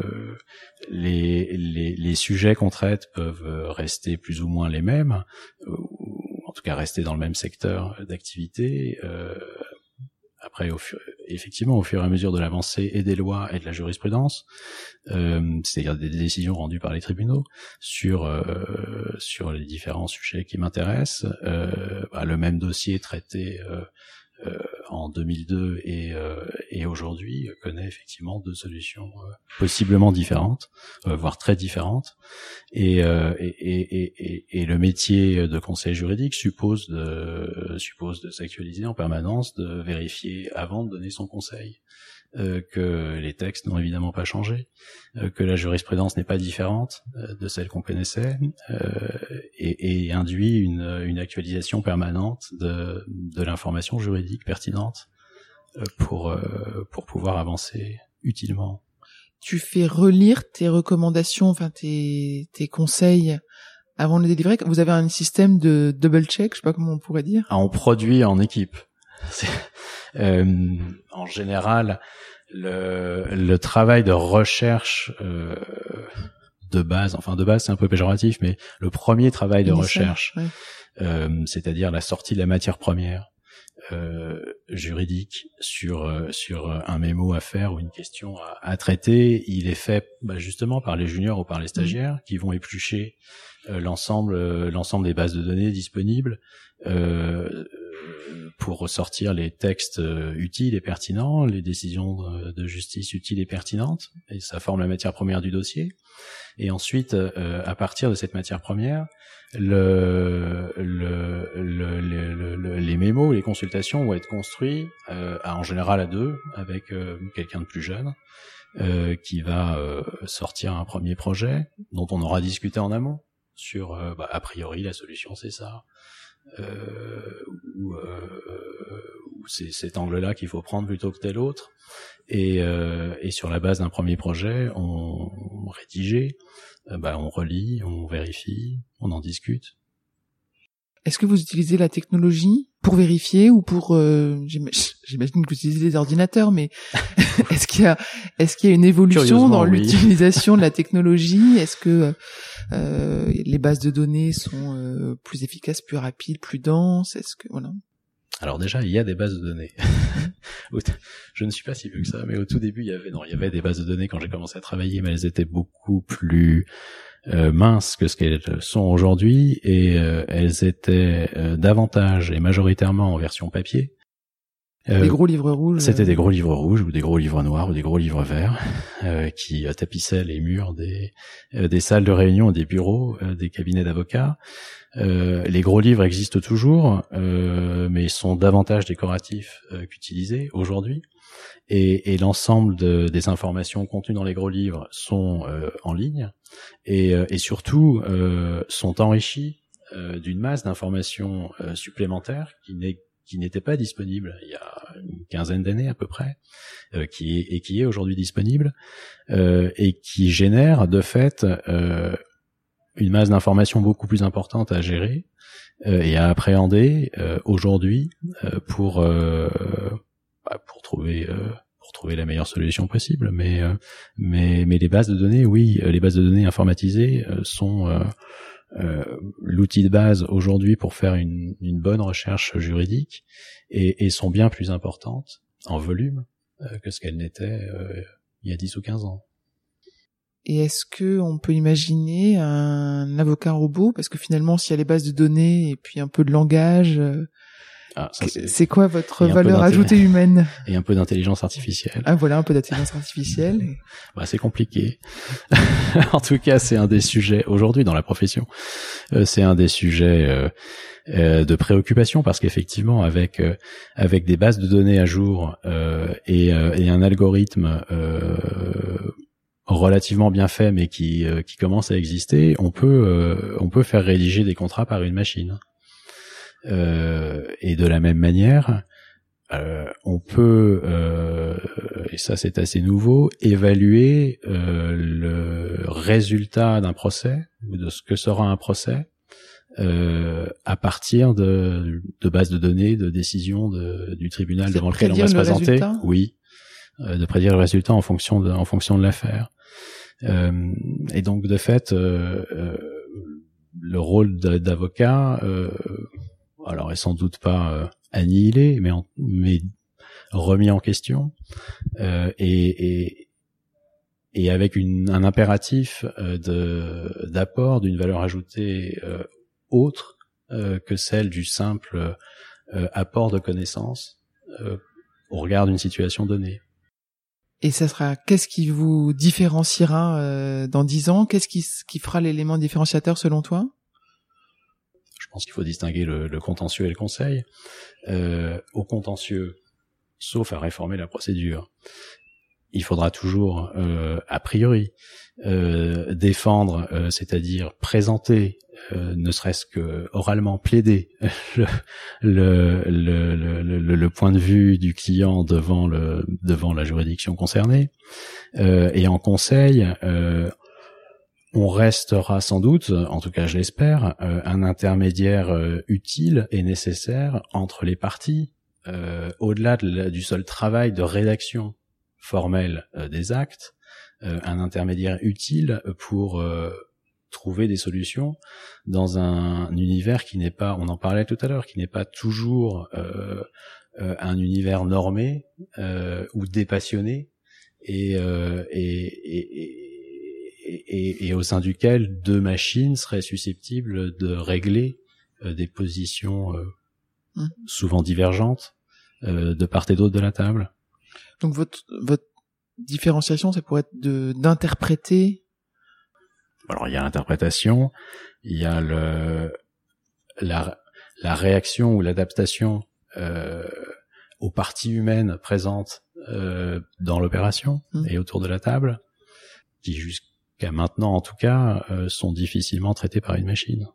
les, les, les sujets qu'on traite peuvent rester plus ou moins les mêmes, ou en tout cas rester dans le même secteur d'activité. Euh, après, au fur, effectivement, au fur et à mesure de l'avancée et des lois et de la jurisprudence, euh, c'est-à-dire des décisions rendues par les tribunaux sur euh, sur les différents sujets qui m'intéressent, euh, bah, le même dossier traité euh, Euh, en deux mille deux et, euh, et aujourd'hui connaît effectivement deux solutions euh, possiblement différentes, euh, voire très différentes. Et, euh, et, et, et, et le métier de conseil juridique suppose de, suppose de s'actualiser en permanence, de vérifier avant de donner son conseil euh, que les textes n'ont évidemment pas changé, euh, que la jurisprudence n'est pas différente euh, de celle qu'on connaissait, euh, et, et induit une, une actualisation permanente de, de l'information juridique pertinente euh, pour, euh, pour pouvoir avancer utilement. Tu fais relire tes recommandations, enfin tes, tes conseils avant de les délivrer. Vous avez un système de double check, je sais pas comment on pourrait dire. Ah, on produit en équipe. C'est, euh, en général, le, le travail de recherche euh, de base, enfin de base c'est un peu péjoratif, mais le premier travail de Initial, recherche, ouais. euh, c'est-à-dire la sortie de la matière première euh, juridique sur euh, sur un mémo à faire ou une question à, à traiter, il est fait bah, justement par les juniors ou par les stagiaires mmh. qui vont éplucher euh, l'ensemble euh, l'ensemble des bases de données disponibles euh, pour ressortir les textes utiles et pertinents, les décisions de justice utiles et pertinentes, et ça forme la matière première du dossier. Et ensuite, euh, à partir de cette matière première, le, le, le, le, le, les mémos, les consultations vont être construits, euh, en général à deux, avec euh, quelqu'un de plus jeune, euh, qui va euh, sortir un premier projet, dont on aura discuté en amont, sur, euh, bah, a priori, la solution c'est ça. Euh, ou, euh, ou c'est cet angle-là qu'il faut prendre plutôt que tel autre, et, euh, et sur la base d'un premier projet, on, on rédige, euh, bah, on relit, on vérifie, on en discute. Est-ce que vous utilisez la technologie pour vérifier ou pour euh, j'imagine que vous utilisez des ordinateurs, mais est-ce qu'il y a est-ce qu'il y a une évolution dans oui. l'utilisation de la technologie? Est-ce que euh, les bases de données sont euh, plus efficaces, plus rapides, plus denses? Est-ce que voilà. Alors déjà, il y a des bases de données. Je ne suis pas si vieux que ça, mais au tout début, il y avait non, il y avait des bases de données quand j'ai commencé à travailler, mais elles étaient beaucoup plus euh, minces que ce qu'elles sont aujourd'hui, et euh, elles étaient euh, davantage et majoritairement en version papier. Euh, des gros livres rouges. C'était euh... des gros livres rouges ou des gros livres noirs ou des gros livres verts euh, qui euh, tapissaient les murs des euh, des salles de réunion, des bureaux, euh, des cabinets d'avocats. Euh, les gros livres existent toujours, euh, mais sont davantage décoratifs euh, qu'utilisés aujourd'hui. Et, et l'ensemble de, des informations contenues dans les gros livres sont euh, en ligne et, euh, et surtout euh, sont enrichies euh, d'une masse d'informations euh, supplémentaires qui n'est qui n'était pas disponible il y a une quinzaine d'années à peu près, euh, qui est, et qui est aujourd'hui disponible, euh, et qui génère de fait euh, une masse d'informations beaucoup plus importante à gérer euh, et à appréhender euh, aujourd'hui euh, pour euh, bah, pour trouver euh, pour trouver la meilleure solution possible. Mais euh, mais mais les bases de données, oui, les bases de données informatisées euh, sont euh, Euh, l'outil de base aujourd'hui pour faire une, une bonne recherche juridique et, et sont bien plus importantes en volume euh, que ce qu'elles n'étaient euh, il y a dix ou quinze ans. Et est-ce que on peut imaginer un avocat robot? Parce que finalement, s'il y a les bases de données et puis un peu de langage, euh, ah, ça, c'est, c'est quoi votre valeur ajoutée humaine? Et un peu d'intelligence artificielle. Ah voilà, un peu d'intelligence artificielle. Et... bah, c'est compliqué. En tout cas, c'est un des sujets aujourd'hui dans la profession. Euh, c'est un des sujets euh, euh, de préoccupation parce qu'effectivement, avec euh, avec des bases de données à jour euh, et, euh, et un algorithme euh, relativement bien fait, mais qui euh, qui commence à exister, on peut euh, on peut faire rédiger des contrats par une machine. Euh, et de la même manière, euh, on peut, euh, et ça c'est assez nouveau, évaluer euh, le résultat d'un procès, ou de ce que sera un procès, euh, à partir de, de bases de données, de décisions de, du tribunal c'est devant lequel on va se présenter. Résultat? Oui, euh, de prédire le résultat en fonction de, en fonction de l'affaire. Euh, et donc de fait, euh, euh, le rôle d'avocat euh, alors est sans doute pas euh, annihilé, mais, en, mais remis en question, euh, et, et, et avec une, un impératif euh, de, d'apport d'une valeur ajoutée euh, autre euh, que celle du simple euh, apport de connaissances euh, au regard d'une situation donnée. Et ça sera, qu'est-ce qui vous différenciera euh, dans dix ans? Qu'est-ce qui, qui fera l'élément différenciateur selon toi? Je pense qu'il faut distinguer le, le contentieux et le conseil. Euh, au contentieux, sauf à réformer la procédure, il faudra toujours, euh, a priori, euh, défendre, euh, c'est-à-dire présenter, euh, ne serait-ce que oralement plaider le, le, le, le, le, le point de vue du client devant, le, devant la juridiction concernée. Euh, et en conseil, euh, on restera sans doute, en tout cas je l'espère, euh, un intermédiaire euh, utile et nécessaire entre les parties, euh, au-delà de la, du seul travail de rédaction formelle euh, des actes, euh, un intermédiaire utile pour euh, trouver des solutions dans un, un univers qui n'est pas, on en parlait tout à l'heure, qui n'est pas toujours euh, euh, un univers normé euh, ou dépassionné et, euh, et, et, et Et, et, et au sein duquel deux machines seraient susceptibles de régler euh, des positions euh, mmh. souvent divergentes euh, de part et d'autre de la table. Donc votre votre différenciation, ça pourrait être de d'interpréter. Alors il y a l'interprétation, il y a le la la réaction ou l'adaptation euh, aux parties humaines présentes euh, dans l'opération mmh. et autour de la table, qui jusqu'à qu'à maintenant, en tout cas, euh, sont difficilement traités par une machine.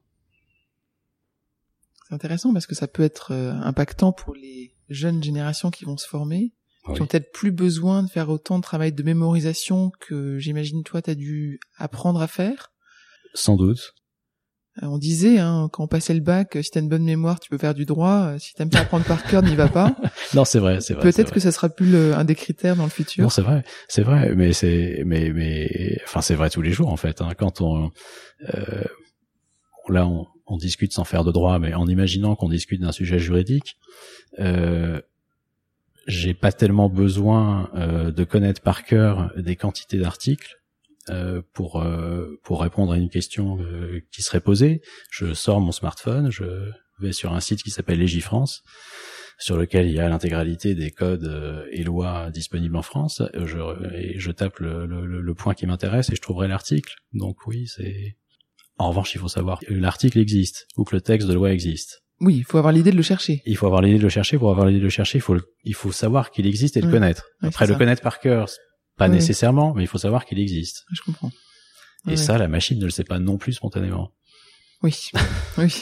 C'est intéressant parce que ça peut être euh, impactant pour les jeunes générations qui vont se former, oui. qui ont peut-être plus besoin de faire autant de travail de mémorisation que j'imagine toi t'as dû apprendre à faire. Sans doute. Euh, on disait, hein, quand on passait le bac, si t'as une bonne mémoire, tu peux faire du droit. Si t'aimes pas apprendre par cœur, n'y va pas. Non, c'est vrai, c'est vrai. Peut-être c'est vrai. que ça sera plus le, un des critères dans le futur. Non, c'est vrai, c'est vrai, mais c'est, mais, mais, enfin, c'est vrai tous les jours en fait. Hein, quand on, euh, là, on, on discute sans faire de droit, mais en imaginant qu'on discute d'un sujet juridique, euh, j'ai pas tellement besoin euh, de connaître par cœur des quantités d'articles. Euh, pour euh, pour répondre à une question euh, qui serait posée, je sors mon smartphone, je vais sur un site qui s'appelle Légifrance, sur lequel il y a l'intégralité des codes euh, et lois disponibles en France. Je, et je tape le, le, le point qui m'intéresse et je trouverai l'article. Donc oui, c'est. En revanche, il faut savoir que l'article existe ou que le texte de loi existe. Oui, il faut avoir l'idée de le chercher. Il faut avoir l'idée de le chercher. Pour avoir l'idée de le chercher, il faut le, il faut savoir qu'il existe et le oui. connaître. Oui, Après, le ça. connaître par cœur. Pas oui. nécessairement, mais il faut savoir qu'il existe. Je comprends. Et ouais. ça, la machine ne le sait pas non plus spontanément. Oui, oui.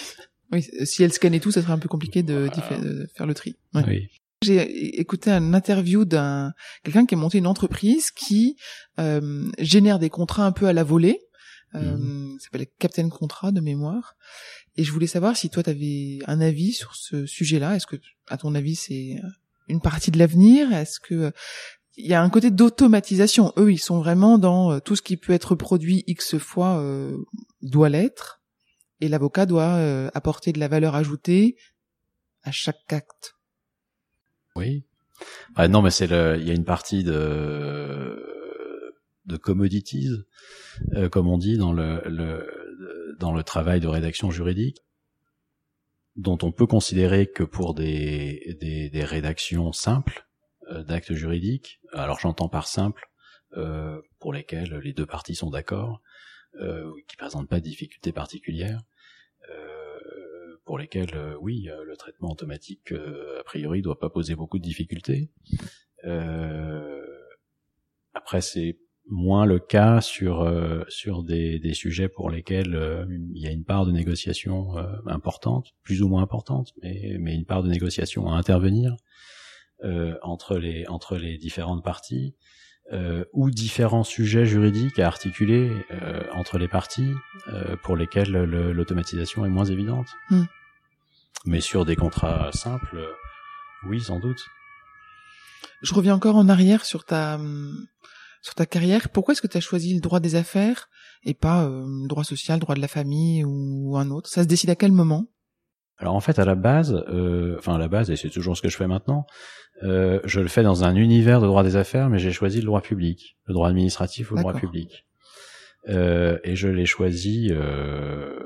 Oui, si elle scannait tout, ça serait un peu compliqué de, voilà. de faire le tri. Ouais. Oui. J'ai écouté une interview d'un quelqu'un qui a monté une entreprise qui euh, génère des contrats un peu à la volée. Euh, mmh. Ça s'appelle Captain Contrat de mémoire. Et je voulais savoir si toi, tu avais un avis sur ce sujet-là. Est-ce que, à ton avis, c'est une partie de l'avenir? Est-ce que il y a un côté d'automatisation? Eux, ils sont vraiment dans euh, tout ce qui peut être produit X fois euh, doit l'être, et l'avocat doit euh, apporter de la valeur ajoutée à chaque acte. Oui. Ah, non, mais c'est le. Il y a une partie de de commodities, euh, comme on dit dans le, le dans le travail de rédaction juridique, dont on peut considérer que pour des des, des rédactions simples euh, d'actes juridiques, alors j'entends par simple euh, pour lesquels les deux parties sont d'accord, euh, qui présentent pas de difficultés particulières, euh, pour lesquels euh, oui le traitement automatique euh, a priori doit pas poser beaucoup de difficultés. Euh, après c'est moins le cas sur euh, sur des, des sujets pour lesquels euh, il y a une part de négociation euh, importante, plus ou moins importante, mais mais une part de négociation à intervenir euh, entre les entre les différentes parties, euh, ou différents sujets juridiques à articuler euh, entre les parties euh, pour lesquels le, l'automatisation est moins évidente. Mm. Mais sur des contrats simples, euh, oui, sans doute. Je reviens encore en arrière sur ta sur ta carrière. Pourquoi est-ce que tu as choisi le droit des affaires et pas euh, le droit social, le droit de la famille ou un autre? Ça se décide à quel moment? Alors en fait, à la base, euh, enfin à la base, et c'est toujours ce que je fais maintenant, euh, je le fais dans un univers de droit des affaires, mais j'ai choisi le droit public, le droit administratif ou le D'accord. droit public. Euh, et je l'ai choisi euh,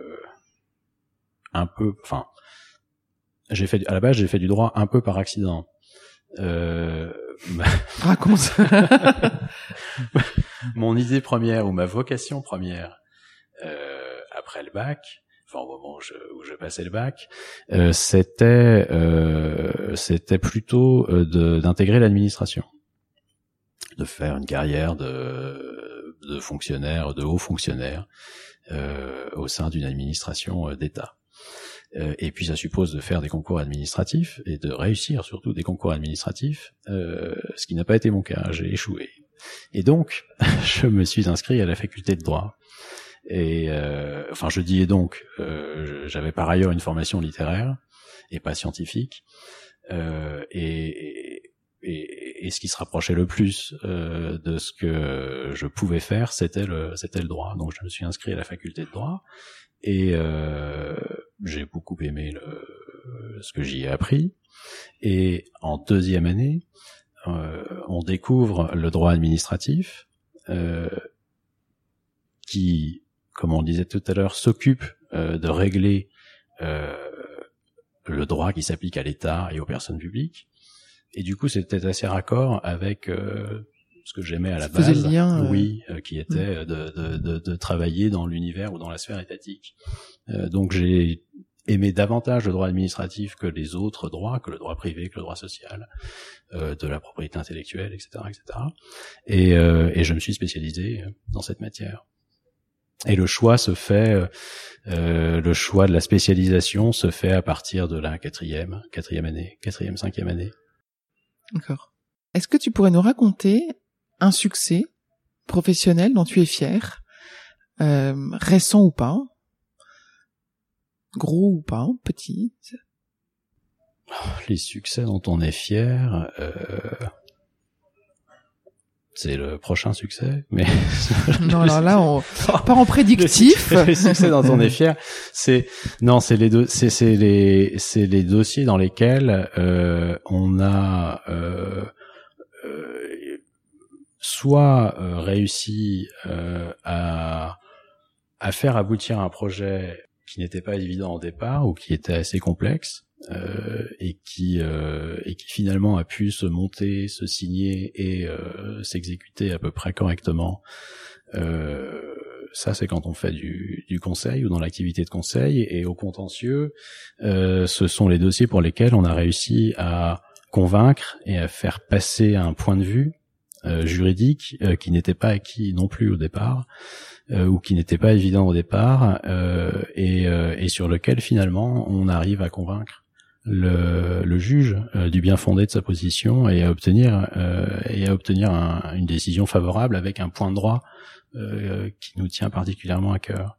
un peu, enfin, j'ai fait à la base, j'ai fait du droit un peu par accident. Euh, Raconte. Mon idée première ou ma vocation première euh, après le bac, enfin au moment où je, où je passais le bac, euh, c'était euh, c'était plutôt euh, de, d'intégrer l'administration, de faire une carrière de, de fonctionnaire, de haut fonctionnaire euh, au sein d'une administration euh, d'État. Euh, et puis ça suppose de faire des concours administratifs et de réussir surtout des concours administratifs, euh, ce qui n'a pas été mon cas, j'ai échoué. Et donc, je me suis inscrit à la faculté de droit. Et euh, enfin, je dis et donc, euh, j'avais par ailleurs une formation littéraire et pas scientifique, euh, et, et, et ce qui se rapprochait le plus euh, de ce que je pouvais faire, c'était le, c'était le droit. Donc, je me suis inscrit à la faculté de droit. Et euh, j'ai beaucoup aimé le, ce que j'y ai appris. Et en deuxième année, euh, on découvre le droit administratif euh, qui, comme on disait tout à l'heure, s'occupe euh, de régler euh, le droit qui s'applique à l'État et aux personnes publiques. Et du coup, c'était assez raccord avec euh, ce que j'aimais à la base, faisait le lien, oui, euh, qui était de, de, de, de travailler dans l'univers ou dans la sphère étatique. Euh, donc j'ai aimé davantage le droit administratif que les autres droits, que le droit privé, que le droit social, euh, de la propriété intellectuelle, et cetera, et cetera. Et, euh, et je me suis spécialisé dans cette matière. Et le choix se fait, euh, le choix de la spécialisation se fait à partir de la quatrième, quatrième année, quatrième, cinquième année. D'accord. Est-ce que tu pourrais nous raconter un succès professionnel dont tu es fier, euh, récent ou pas, gros ou pas, petit? Les succès dont on est fier, euh, c'est le prochain succès, mais non, alors là, on part en prédictif. Les succès dont on est fier, c'est non, c'est les do- c'est c'est les c'est les dossiers dans lesquels euh, on a euh, euh, soit euh, réussi euh, à à faire aboutir un projet qui n'était pas évident au départ ou qui était assez complexe euh, et qui euh, et qui finalement a pu se monter, se signer et euh, s'exécuter à peu près correctement. Euh, ça, c'est quand on fait du, du conseil ou dans l'activité de conseil. Et au contentieux, euh, ce sont les dossiers pour lesquels on a réussi à convaincre et à faire passer un point de vue euh, juridique euh, qui n'était pas acquis non plus au départ, euh, ou qui n'était pas évident au départ, euh, et, euh, et sur lequel finalement on arrive à convaincre le, le juge euh, du bien fondé de sa position et à obtenir euh, et à obtenir un, une décision favorable avec un point de droit euh, qui nous tient particulièrement à cœur.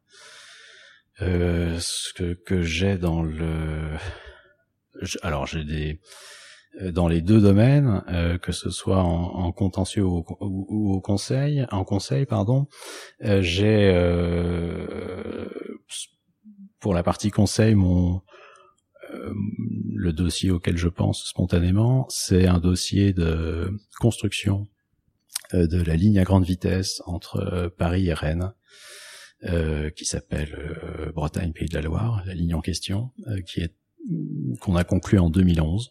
Euh, ce que, que j'ai dans le, alors j'ai des dans les deux domaines, euh, que ce soit en, en contentieux ou, ou, ou au conseil, en conseil pardon, euh, j'ai euh, pour la partie conseil mon euh, le dossier auquel je pense spontanément, c'est un dossier de construction euh, de la ligne à grande vitesse entre euh, Paris et Rennes. Euh, qui s'appelle euh, Bretagne Pays de la Loire, la ligne en question, euh, qui est qu'on a conclu en deux mille onze,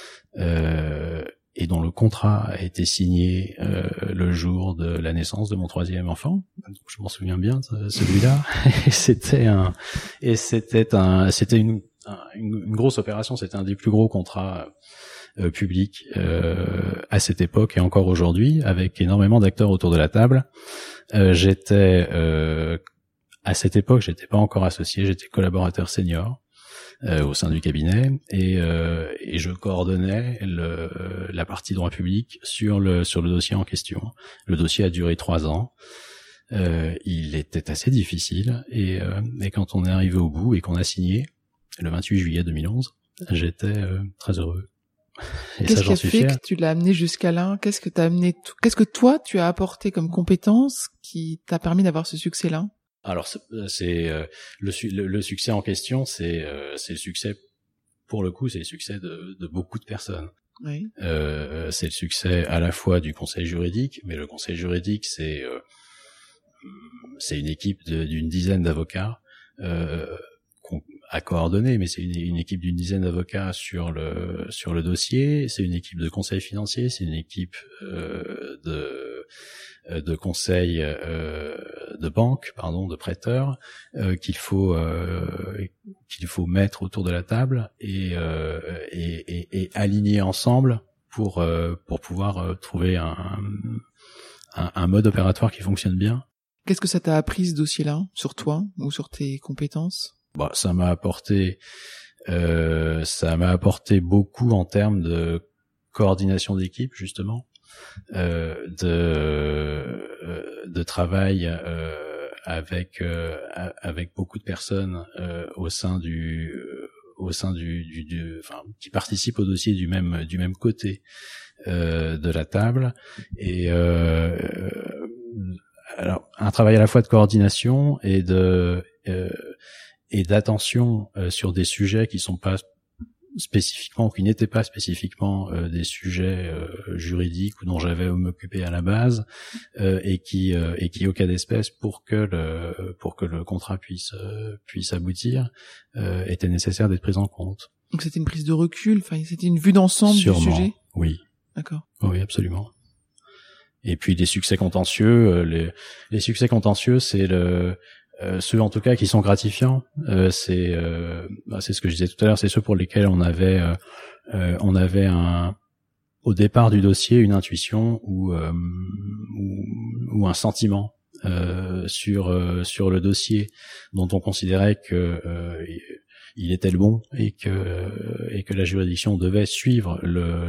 euh, et dont le contrat a été signé euh, le jour de la naissance de mon troisième enfant. Je m'en souviens bien de celui-là. et c'était un, et c'était un, c'était une, un, une, une grosse opération. C'était un des plus gros contrats euh, publics euh, à cette époque et encore aujourd'hui, avec énormément d'acteurs autour de la table. Euh, j'étais euh, À cette époque, j'étais pas encore associé, j'étais collaborateur senior euh, au sein du cabinet et, euh, et je coordonnais le, la partie droit public sur le sur le dossier en question. Le dossier a duré trois ans. Euh, il était assez difficile et, euh, et quand on est arrivé au bout et qu'on a signé le vingt-huit juillet deux mille onze, j'étais euh, très heureux. Et Qu'est-ce ça, qui a fait fier. que tu l'as amené jusqu'à là? Qu'est-ce que t'as amené t- Qu'est-ce que toi tu as apporté comme compétence qui t'a permis d'avoir ce succès-là? Alors c'est, c'est euh, le, le, le succès en question, c'est euh, c'est le succès pour le coup, c'est le succès de, de beaucoup de personnes. Oui. Euh, c'est le succès à la fois du conseil juridique, mais le conseil juridique c'est euh, c'est une équipe de, d'une dizaine d'avocats euh, à coordonner, mais c'est une, une équipe d'une dizaine d'avocats sur le sur le dossier. C'est une équipe de conseil financier, c'est une équipe euh, de de conseil euh, de banque, pardon, de prêteurs euh, qu'il faut euh, qu'il faut mettre autour de la table et euh, et, et, et aligner ensemble pour euh, pour pouvoir euh, trouver un, un un mode opératoire qui fonctionne bien. Qu'est-ce que ça t'a appris ce dossier-là sur toi ou sur tes compétences? Bah, ça m'a apporté, euh, ça m'a apporté beaucoup en termes de coordination d'équipe justement, euh, de euh, de travail euh, avec euh, avec beaucoup de personnes euh, au sein du euh, au sein du, du, du enfin qui participent au dossier du même du même côté euh, de la table et euh, alors un travail à la fois de coordination et de euh, et d'attention euh, sur des sujets qui sont pas spécifiquement, qui n'étaient pas spécifiquement euh, des sujets euh, juridiques ou dont j'avais à m'occuper à la base, euh, et qui euh, et qui au cas d'espèce pour que le pour que le contrat puisse euh, puisse aboutir euh, était nécessaire d'être pris en compte. Donc c'était une prise de recul, enfin c'était une vue d'ensemble Sûrement, du sujet. Oui. D'accord. Oui, absolument. Et puis les succès contentieux, euh, les les succès contentieux, c'est le Euh, ceux en tout cas qui sont gratifiants, euh, c'est euh, bah, c'est ce que je disais tout à l'heure, c'est ceux pour lesquels on avait euh, euh, on avait un au départ du dossier une intuition ou euh, ou, ou un sentiment euh, sur euh, sur le dossier dont on considérait que euh, il était le bon et que euh, et que la juridiction devait suivre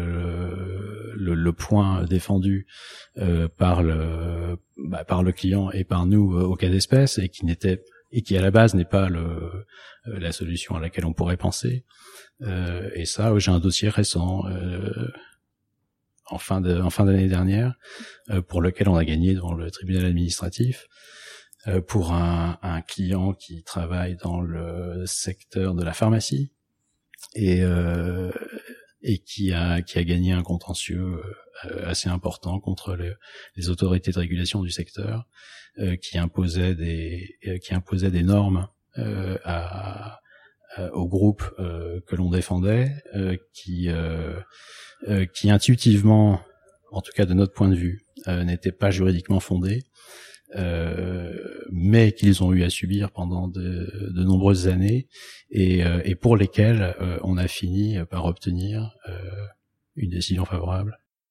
le le, le point défendu euh, par le bah, par le client et par nous euh, au cas d'espèce et qui n'était et qui à la base n'est pas le euh, la solution à laquelle on pourrait penser. Euh, et ça, j'ai un dossier récent euh, en fin de en fin d'année dernière euh, pour lequel on a gagné devant le tribunal administratif. Euh, pour un, un client qui travaille dans le secteur de la pharmacie et euh, et qui a qui a gagné un contentieux euh, assez important contre le, les autorités de régulation du secteur euh, qui imposaient des euh, qui imposaient des normes euh, à, à au groupe euh, que l'on défendait euh, qui euh, euh, qui intuitivement, en tout cas de notre point de vue, euh, n'étaient pas juridiquement fondées. Euh, mais qu'ils ont eu à subir pendant de, de nombreuses années et, euh, et pour lesquels euh, on a fini par obtenir euh, une décision favorable.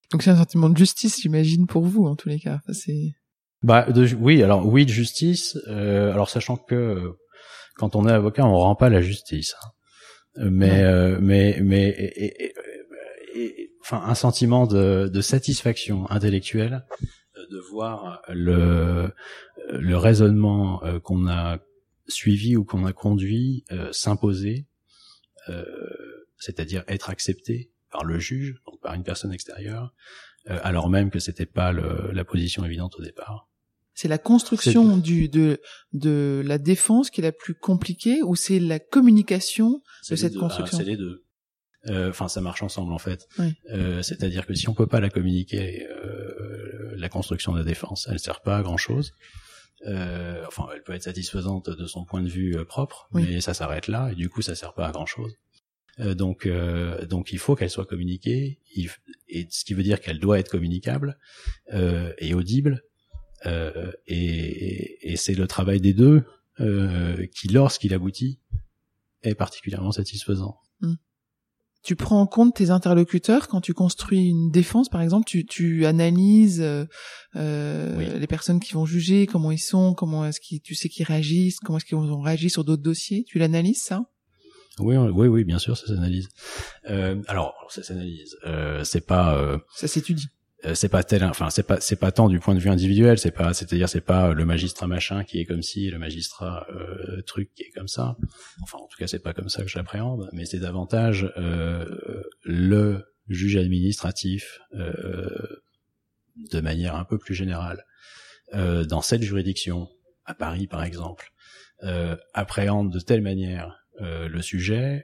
Donc c'est un sentiment de justice, j'imagine, pour vous, en tous les cas. Enfin, c'est... Bah, de, oui, alors oui, de justice. Euh, alors sachant que euh, quand on est avocat, on rend pas la justice, hein. mais, euh, mais mais et, et, et, et, enfin un sentiment de, de satisfaction intellectuelle de voir le le raisonnement euh, qu'on a suivi ou qu'on a conduit euh, s'imposer, euh, c'est-à-dire être accepté par le juge, donc par une personne extérieure, euh, alors même que c'était pas le, la position évidente au départ. C'est la construction c'est... du de de la défense qui est la plus compliquée, ou c'est la communication c'est de cette deux. construction? Ah, c'est les deux. Enfin, euh, ça marche ensemble en fait. Oui. Euh, c'est-à-dire que si on peut pas la communiquer, euh, la construction de la défense, elle sert pas à grand chose. Euh, enfin, elle peut être satisfaisante de son point de vue euh, propre, oui. mais ça s'arrête là et du coup, ça sert pas à grand chose. Euh, donc, euh, donc, il faut qu'elle soit communiquée, il, et ce qui veut dire qu'elle doit être communicable euh, et audible. Euh, et, et c'est le travail des deux euh, qui, lorsqu'il aboutit, est particulièrement satisfaisant. Mmh. Tu prends en compte tes interlocuteurs quand tu construis une défense, par exemple, tu, tu analyses euh, oui. les personnes qui vont juger, comment ils sont, comment est-ce qu'ils, tu sais qu'ils réagissent, comment est-ce qu'ils ont réagi sur d'autres dossiers. Tu l'analyses, ça? Oui, oui, oui, bien sûr, ça s'analyse. Euh, alors, ça s'analyse. Euh, c'est pas. Euh, ça s'étudie. Euh, c'est pas tel, enfin c'est pas c'est pas tant du point de vue individuel, c'est pas, c'est-à-dire c'est pas le magistrat machin qui est comme ci, le magistrat euh, truc qui est comme ça. Enfin en tout cas c'est pas comme ça que je l'appréhende, mais c'est davantage euh, le juge administratif euh, de manière un peu plus générale euh, dans cette juridiction à Paris par exemple euh, appréhende de telle manière euh, le sujet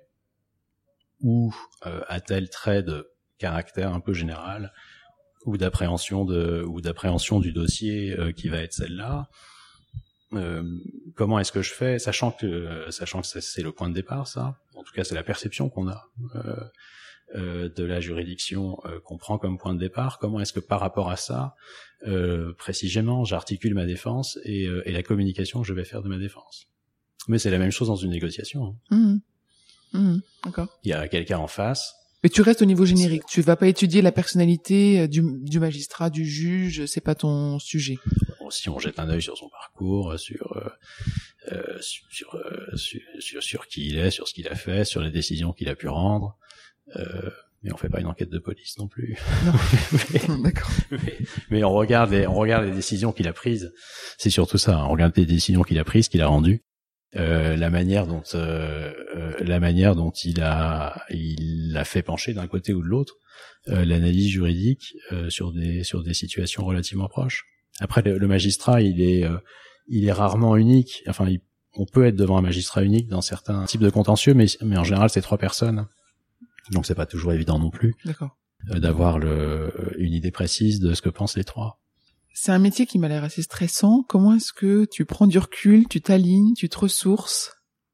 ou euh, a tel trait de caractère un peu général ou d'appréhension de ou d'appréhension du dossier euh, qui va être celle-là. Euh, comment est-ce que je fais, sachant que euh, sachant que c'est le point de départ, ça. En tout cas, c'est la perception qu'on a euh, euh, de la juridiction euh, qu'on prend comme point de départ. Comment est-ce que par rapport à ça, euh, précisément, j'articule ma défense et, euh, et la communication que je vais faire de ma défense. Mais c'est la même chose dans une négociation. Hein. Mmh. Mmh. D'accord. Il y a quelqu'un en face. Mais tu restes au niveau générique. Tu vas pas étudier la personnalité du, du magistrat, du juge. C'est pas ton sujet. Bon, si on jette un œil sur son parcours, sur euh, euh, sur, euh, sur sur sur qui il est, sur ce qu'il a fait, sur les décisions qu'il a pu rendre, euh, mais on fait pas une enquête de police non plus. Non. mais, D'accord. Mais, mais on regarde les on regarde les décisions qu'il a prises. C'est surtout ça. On regarde les décisions qu'il a prises, qu'il a rendues. Euh, la manière dont euh, euh, la manière dont il a il a fait pencher d'un côté ou de l'autre euh, l'analyse juridique euh, sur des sur des situations relativement proches. Après le, le magistrat il est euh, il est rarement unique. Enfin il, on peut être devant un magistrat unique dans certains types de contentieux, mais mais en général c'est trois personnes, donc c'est pas toujours évident non plus. D'accord. Euh, d'avoir le une idée précise de ce que pensent les trois. C'est un métier qui m'a l'air assez stressant. Comment est-ce que tu prends du recul, tu t'alignes, tu te ressources?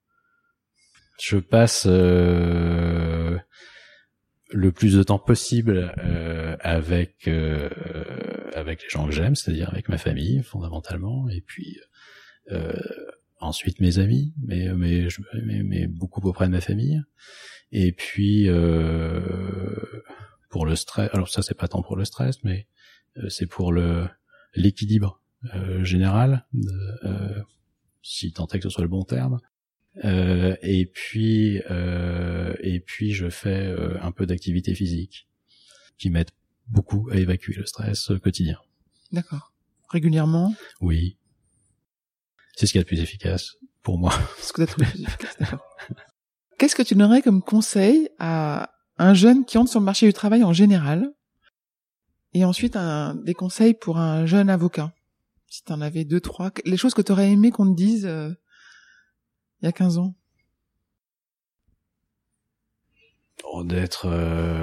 Je passe euh, le plus de temps possible euh, avec euh, avec les gens que j'aime, c'est-à-dire avec ma famille fondamentalement, et puis euh, ensuite mes amis, mais mais, je, mais mais beaucoup auprès de ma famille, et puis euh, pour le stress. Alors ça c'est pas tant pour le stress, mais euh, c'est pour le l'équilibre euh, général, euh, si tant est que ce soit le bon terme. Euh, et puis euh, et puis je fais euh, un peu d'activité physique qui m'aide beaucoup à évacuer le stress quotidien. D'accord. Régulièrement? Oui. C'est ce qui est le plus efficace pour moi. C'est ce que tu as trouvé le plus efficace, d'accord. Qu'est-ce que tu donnerais comme conseil à un jeune qui entre sur le marché du travail en général? Et ensuite, un, des conseils pour un jeune avocat. Si t'en avais deux, trois, les choses que t'aurais aimé qu'on te dise euh, il y a quinze ans. Oh, d'être euh,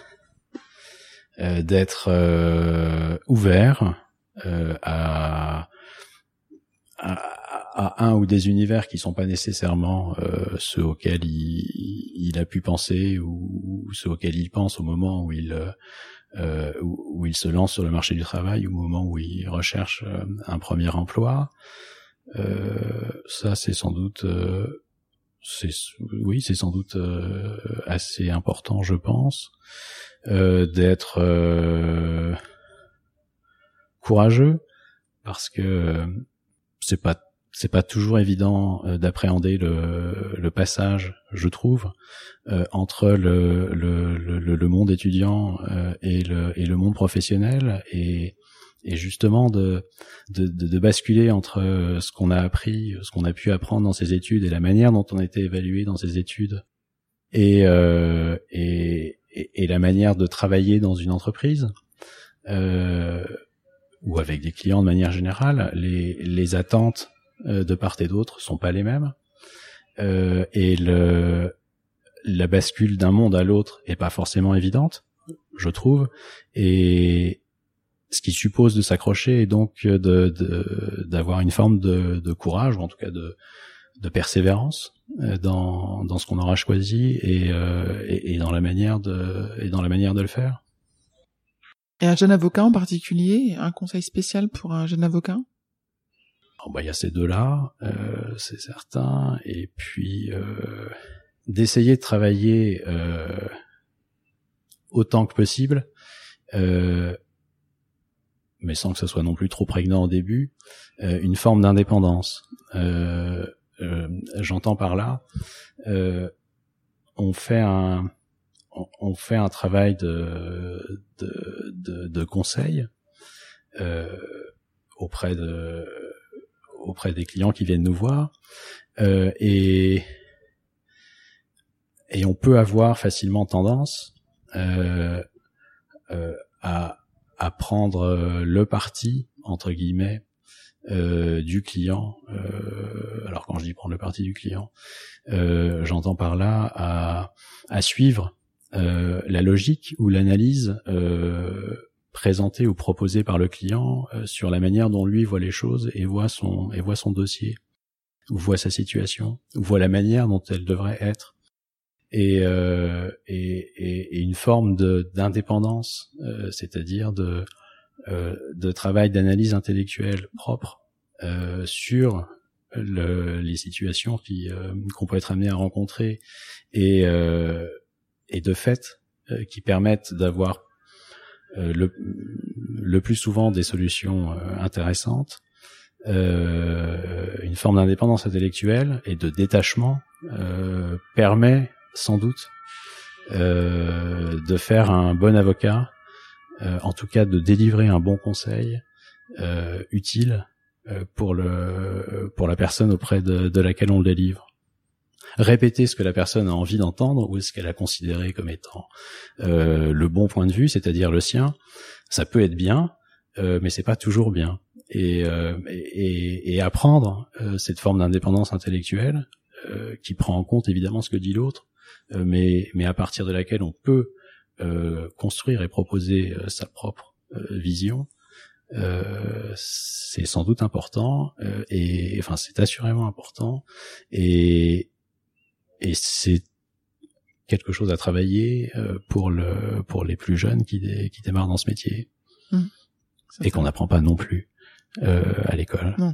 euh, d'être euh, ouvert euh, à, à à un ou des univers qui sont pas nécessairement euh, ceux auxquels il, il a pu penser ou, ou ceux auxquels il pense au moment où il euh, Euh, où, où il se lance sur le marché du travail, au moment où il recherche euh, un premier emploi. Euh, ça, c'est sans doute euh, c'est oui, c'est sans doute euh, assez important, je pense, euh, d'être euh, courageux, parce que euh, c'est pas c'est pas toujours évident euh, d'appréhender le, le passage, je trouve, euh, entre le, le, le, le monde étudiant euh, et, le, et le monde professionnel, et, et justement de, de, de, de basculer entre ce qu'on a appris, ce qu'on a pu apprendre dans ses études et la manière dont on a été évalué dans ses études, et, euh, et, et, et la manière de travailler dans une entreprise, euh, ou avec des clients de manière générale. Les, les attentes de part et d'autre sont pas les mêmes, euh, et le la bascule d'un monde à l'autre est pas forcément évidente, je trouve, et ce qui suppose de s'accrocher et donc de, de d'avoir une forme de, de courage, ou en tout cas de de persévérance dans dans ce qu'on aura choisi, et, euh, et, et dans la manière de et dans la manière de le faire. Et un jeune avocat en particulier, un conseil spécial pour un jeune avocat? Alors, bah, il y a ces deux-là, euh, c'est certain, et puis euh, d'essayer de travailler euh, autant que possible, euh, mais sans que ce soit non plus trop prégnant au début, euh, une forme d'indépendance. Euh, euh, j'entends par là, euh, on fait un, on, on fait un travail de de de, de conseil euh, auprès de auprès des clients qui viennent nous voir, euh, et et on peut avoir facilement tendance euh, euh, à à prendre le parti, entre guillemets, euh, du client. Euh, alors quand je dis prendre le parti du client, euh, j'entends par là à à suivre euh, la logique ou l'analyse euh, présenté ou proposé par le client euh, sur la manière dont lui voit les choses et voit son et voit son dossier, ou voit sa situation, ou voit la manière dont elle devrait être, et euh, et, et, et une forme de d'indépendance, euh, c'est-à-dire de euh, de travail d'analyse intellectuelle propre euh, sur le, les situations qui euh, qu'on peut être amené à rencontrer, et euh, et de fait euh, qui permettent d'avoir Euh, le, le plus souvent des solutions euh, intéressantes, euh, une forme d'indépendance intellectuelle et de détachement euh, permet sans doute euh, de faire un bon avocat, euh, en tout cas de délivrer un bon conseil euh, utile euh, pour le pour la personne auprès de, de laquelle on le délivre. Répéter ce que la personne a envie d'entendre ou ce qu'elle a considéré comme étant euh, le bon point de vue, c'est-à-dire le sien, ça peut être bien, euh, mais c'est pas toujours bien. Et, euh, et, et apprendre euh, cette forme d'indépendance intellectuelle euh, qui prend en compte évidemment ce que dit l'autre, euh, mais, mais à partir de laquelle on peut euh, construire et proposer euh, sa propre euh, vision, euh, c'est sans doute important, euh, et enfin c'est assurément important, et Et c'est quelque chose à travailler euh, pour le pour les plus jeunes qui dé, qui démarrent dans ce métier, mmh. et qu'on n'apprend pas non plus euh, à l'école. Non.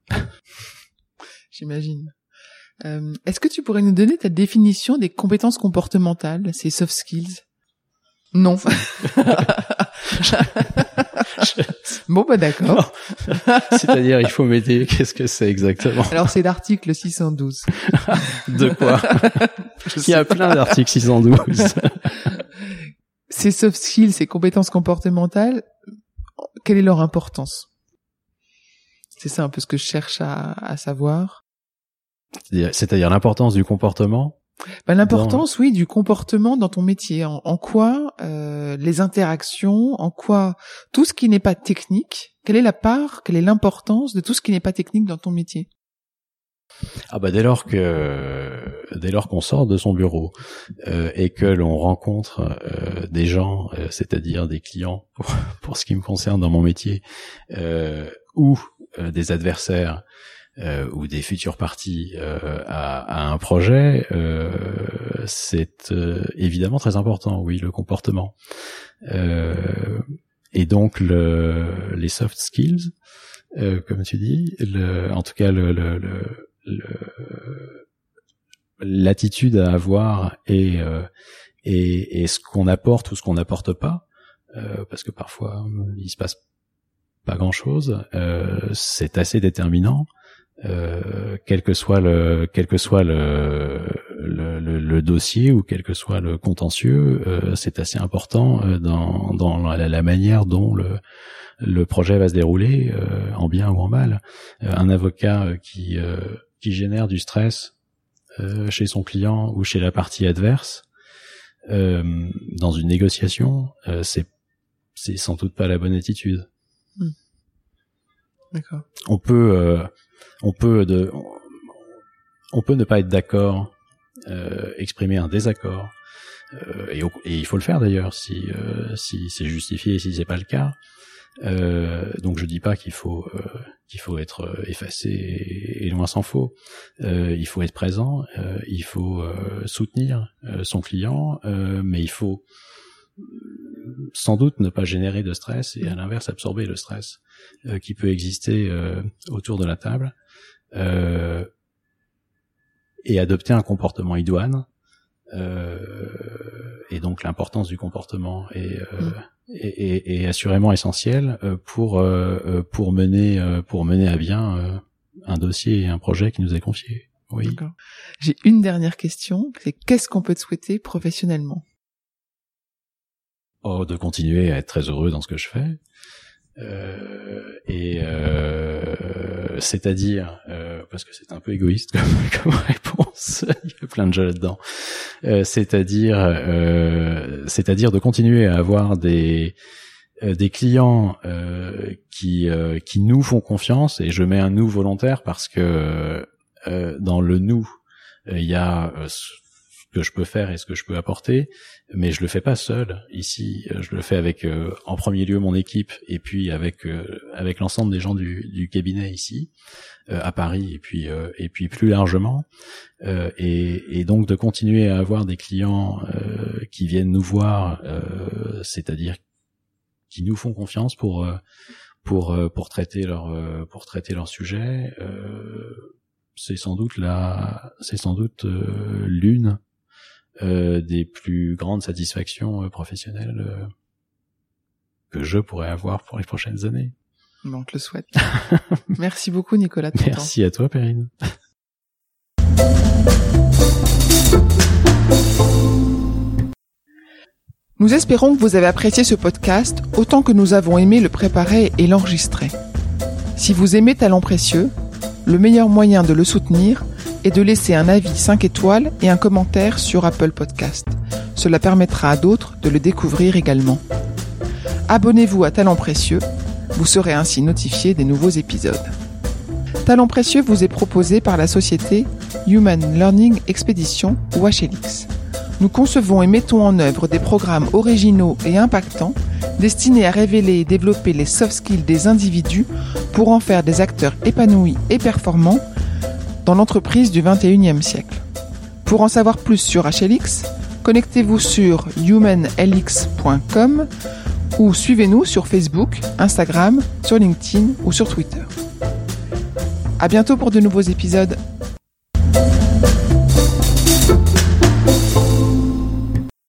J'imagine. Euh, est-ce que tu pourrais nous donner ta définition des compétences comportementales, ces soft skills? Non. Bon, bah d'accord. C'est-à-dire, il faut m'aider. Qu'est-ce que c'est exactement? Alors, c'est l'article six cent douze. De quoi? Il y a plein d'articles six cent douze. Ces soft skills, ces compétences comportementales, quelle est leur importance? C'est ça un peu ce que je cherche à, à savoir. C'est-à-dire, c'est-à-dire l'importance du comportement? Ben, l'importance, dans... oui, du comportement dans ton métier. En, en quoi euh, les interactions, en quoi tout ce qui n'est pas technique, quelle est la part, quelle est l'importance de tout ce qui n'est pas technique dans ton métier? Ah bah dès lors que dès lors qu'on sort de son bureau euh, et que l'on rencontre euh, des gens, euh, c'est-à-dire des clients pour, pour ce qui me concerne dans mon métier, euh, ou euh, des adversaires, Euh, ou des futures parties euh, à, à un projet, euh, c'est euh, évidemment très important, oui, le comportement. Euh, et donc le, les soft skills, euh, comme tu dis, le, en tout cas le, le, le, le l'attitude à avoir et euh, et, et ce qu'on apporte ou ce qu'on n'apporte pas, euh, parce que parfois il se passe pas grand-chose, euh, c'est assez déterminant. Euh, quel que soit le quel que soit le le, le, le dossier ou quel que soit le contentieux, euh, c'est assez important euh, dans dans la, la manière dont le le projet va se dérouler, euh, en bien ou en mal. Euh, un avocat qui euh, qui génère du stress euh, chez son client ou chez la partie adverse euh, dans une négociation, euh, c'est c'est sans doute pas la bonne attitude. Mmh. D'accord. On peut euh, on peut de on peut ne pas être d'accord, euh, exprimer un désaccord, euh, et, et il faut le faire d'ailleurs si euh, si c'est justifié et si c'est pas le cas. Euh, donc je dis pas qu'il faut euh, qu'il faut être effacé et, et loin s'en faut. Euh, il faut être présent, euh, il faut euh, soutenir euh, son client, euh, mais il faut sans doute ne pas générer de stress et à l'inverse absorber le stress euh, qui peut exister euh, autour de la table, euh, et adopter un comportement idoine, euh, et donc l'importance du comportement est, euh, mmh. est, est, est assurément essentielle pour euh, pour mener euh, pour mener à bien euh, un dossier et un projet qui nous est confié. Oui. D'accord. J'ai une dernière question, c'est qu'est-ce qu'on peut te souhaiter professionnellement? Oh, de continuer à être très heureux dans ce que je fais. Euh, et euh, c'est-à-dire, euh, parce que c'est un peu égoïste comme, comme réponse, il y a plein de jeux là-dedans. Euh, c'est-à-dire, euh, c'est-à-dire de continuer à avoir des euh, des clients euh, qui euh, qui nous font confiance, et je mets un nous volontaire parce que euh, dans le nous il y a euh, ce que je peux faire et ce que je peux apporter, mais je le fais pas seul. Ici, je le fais avec euh, en premier lieu mon équipe et puis avec euh, avec l'ensemble des gens du, du cabinet ici euh, à Paris et puis euh, et puis plus largement, euh, et, et donc de continuer à avoir des clients euh, qui viennent nous voir, euh, c'est-à-dire qui nous font confiance pour euh, pour euh, pour traiter leur euh, pour traiter leur sujet. Euh, c'est sans doute la c'est sans doute euh, l'une Euh, des plus grandes satisfactions euh, professionnelles euh, que je pourrais avoir pour les prochaines années. Bon, on te le souhaite. Merci beaucoup, Nicolas. De ton Merci temps. À toi, Perrine. Nous espérons que vous avez apprécié ce podcast autant que nous avons aimé le préparer et l'enregistrer. Si vous aimez Talents Précieux, le meilleur moyen de le soutenir est de laisser un avis cinq étoiles et un commentaire sur Apple Podcast. Cela permettra à d'autres de le découvrir également. Abonnez-vous à Talents Précieux, vous serez ainsi notifié des nouveaux épisodes. Talents Précieux vous est proposé par la société Human Learning Expedition ou H L X. Nous concevons et mettons en œuvre des programmes originaux et impactants destinés à révéler et développer les soft skills des individus pour en faire des acteurs épanouis et performants dans l'entreprise du vingt et unième siècle. Pour en savoir plus sur H L X, connectez-vous sur human l x point com ou suivez-nous sur Facebook, Instagram, sur LinkedIn ou sur Twitter. À bientôt pour de nouveaux épisodes.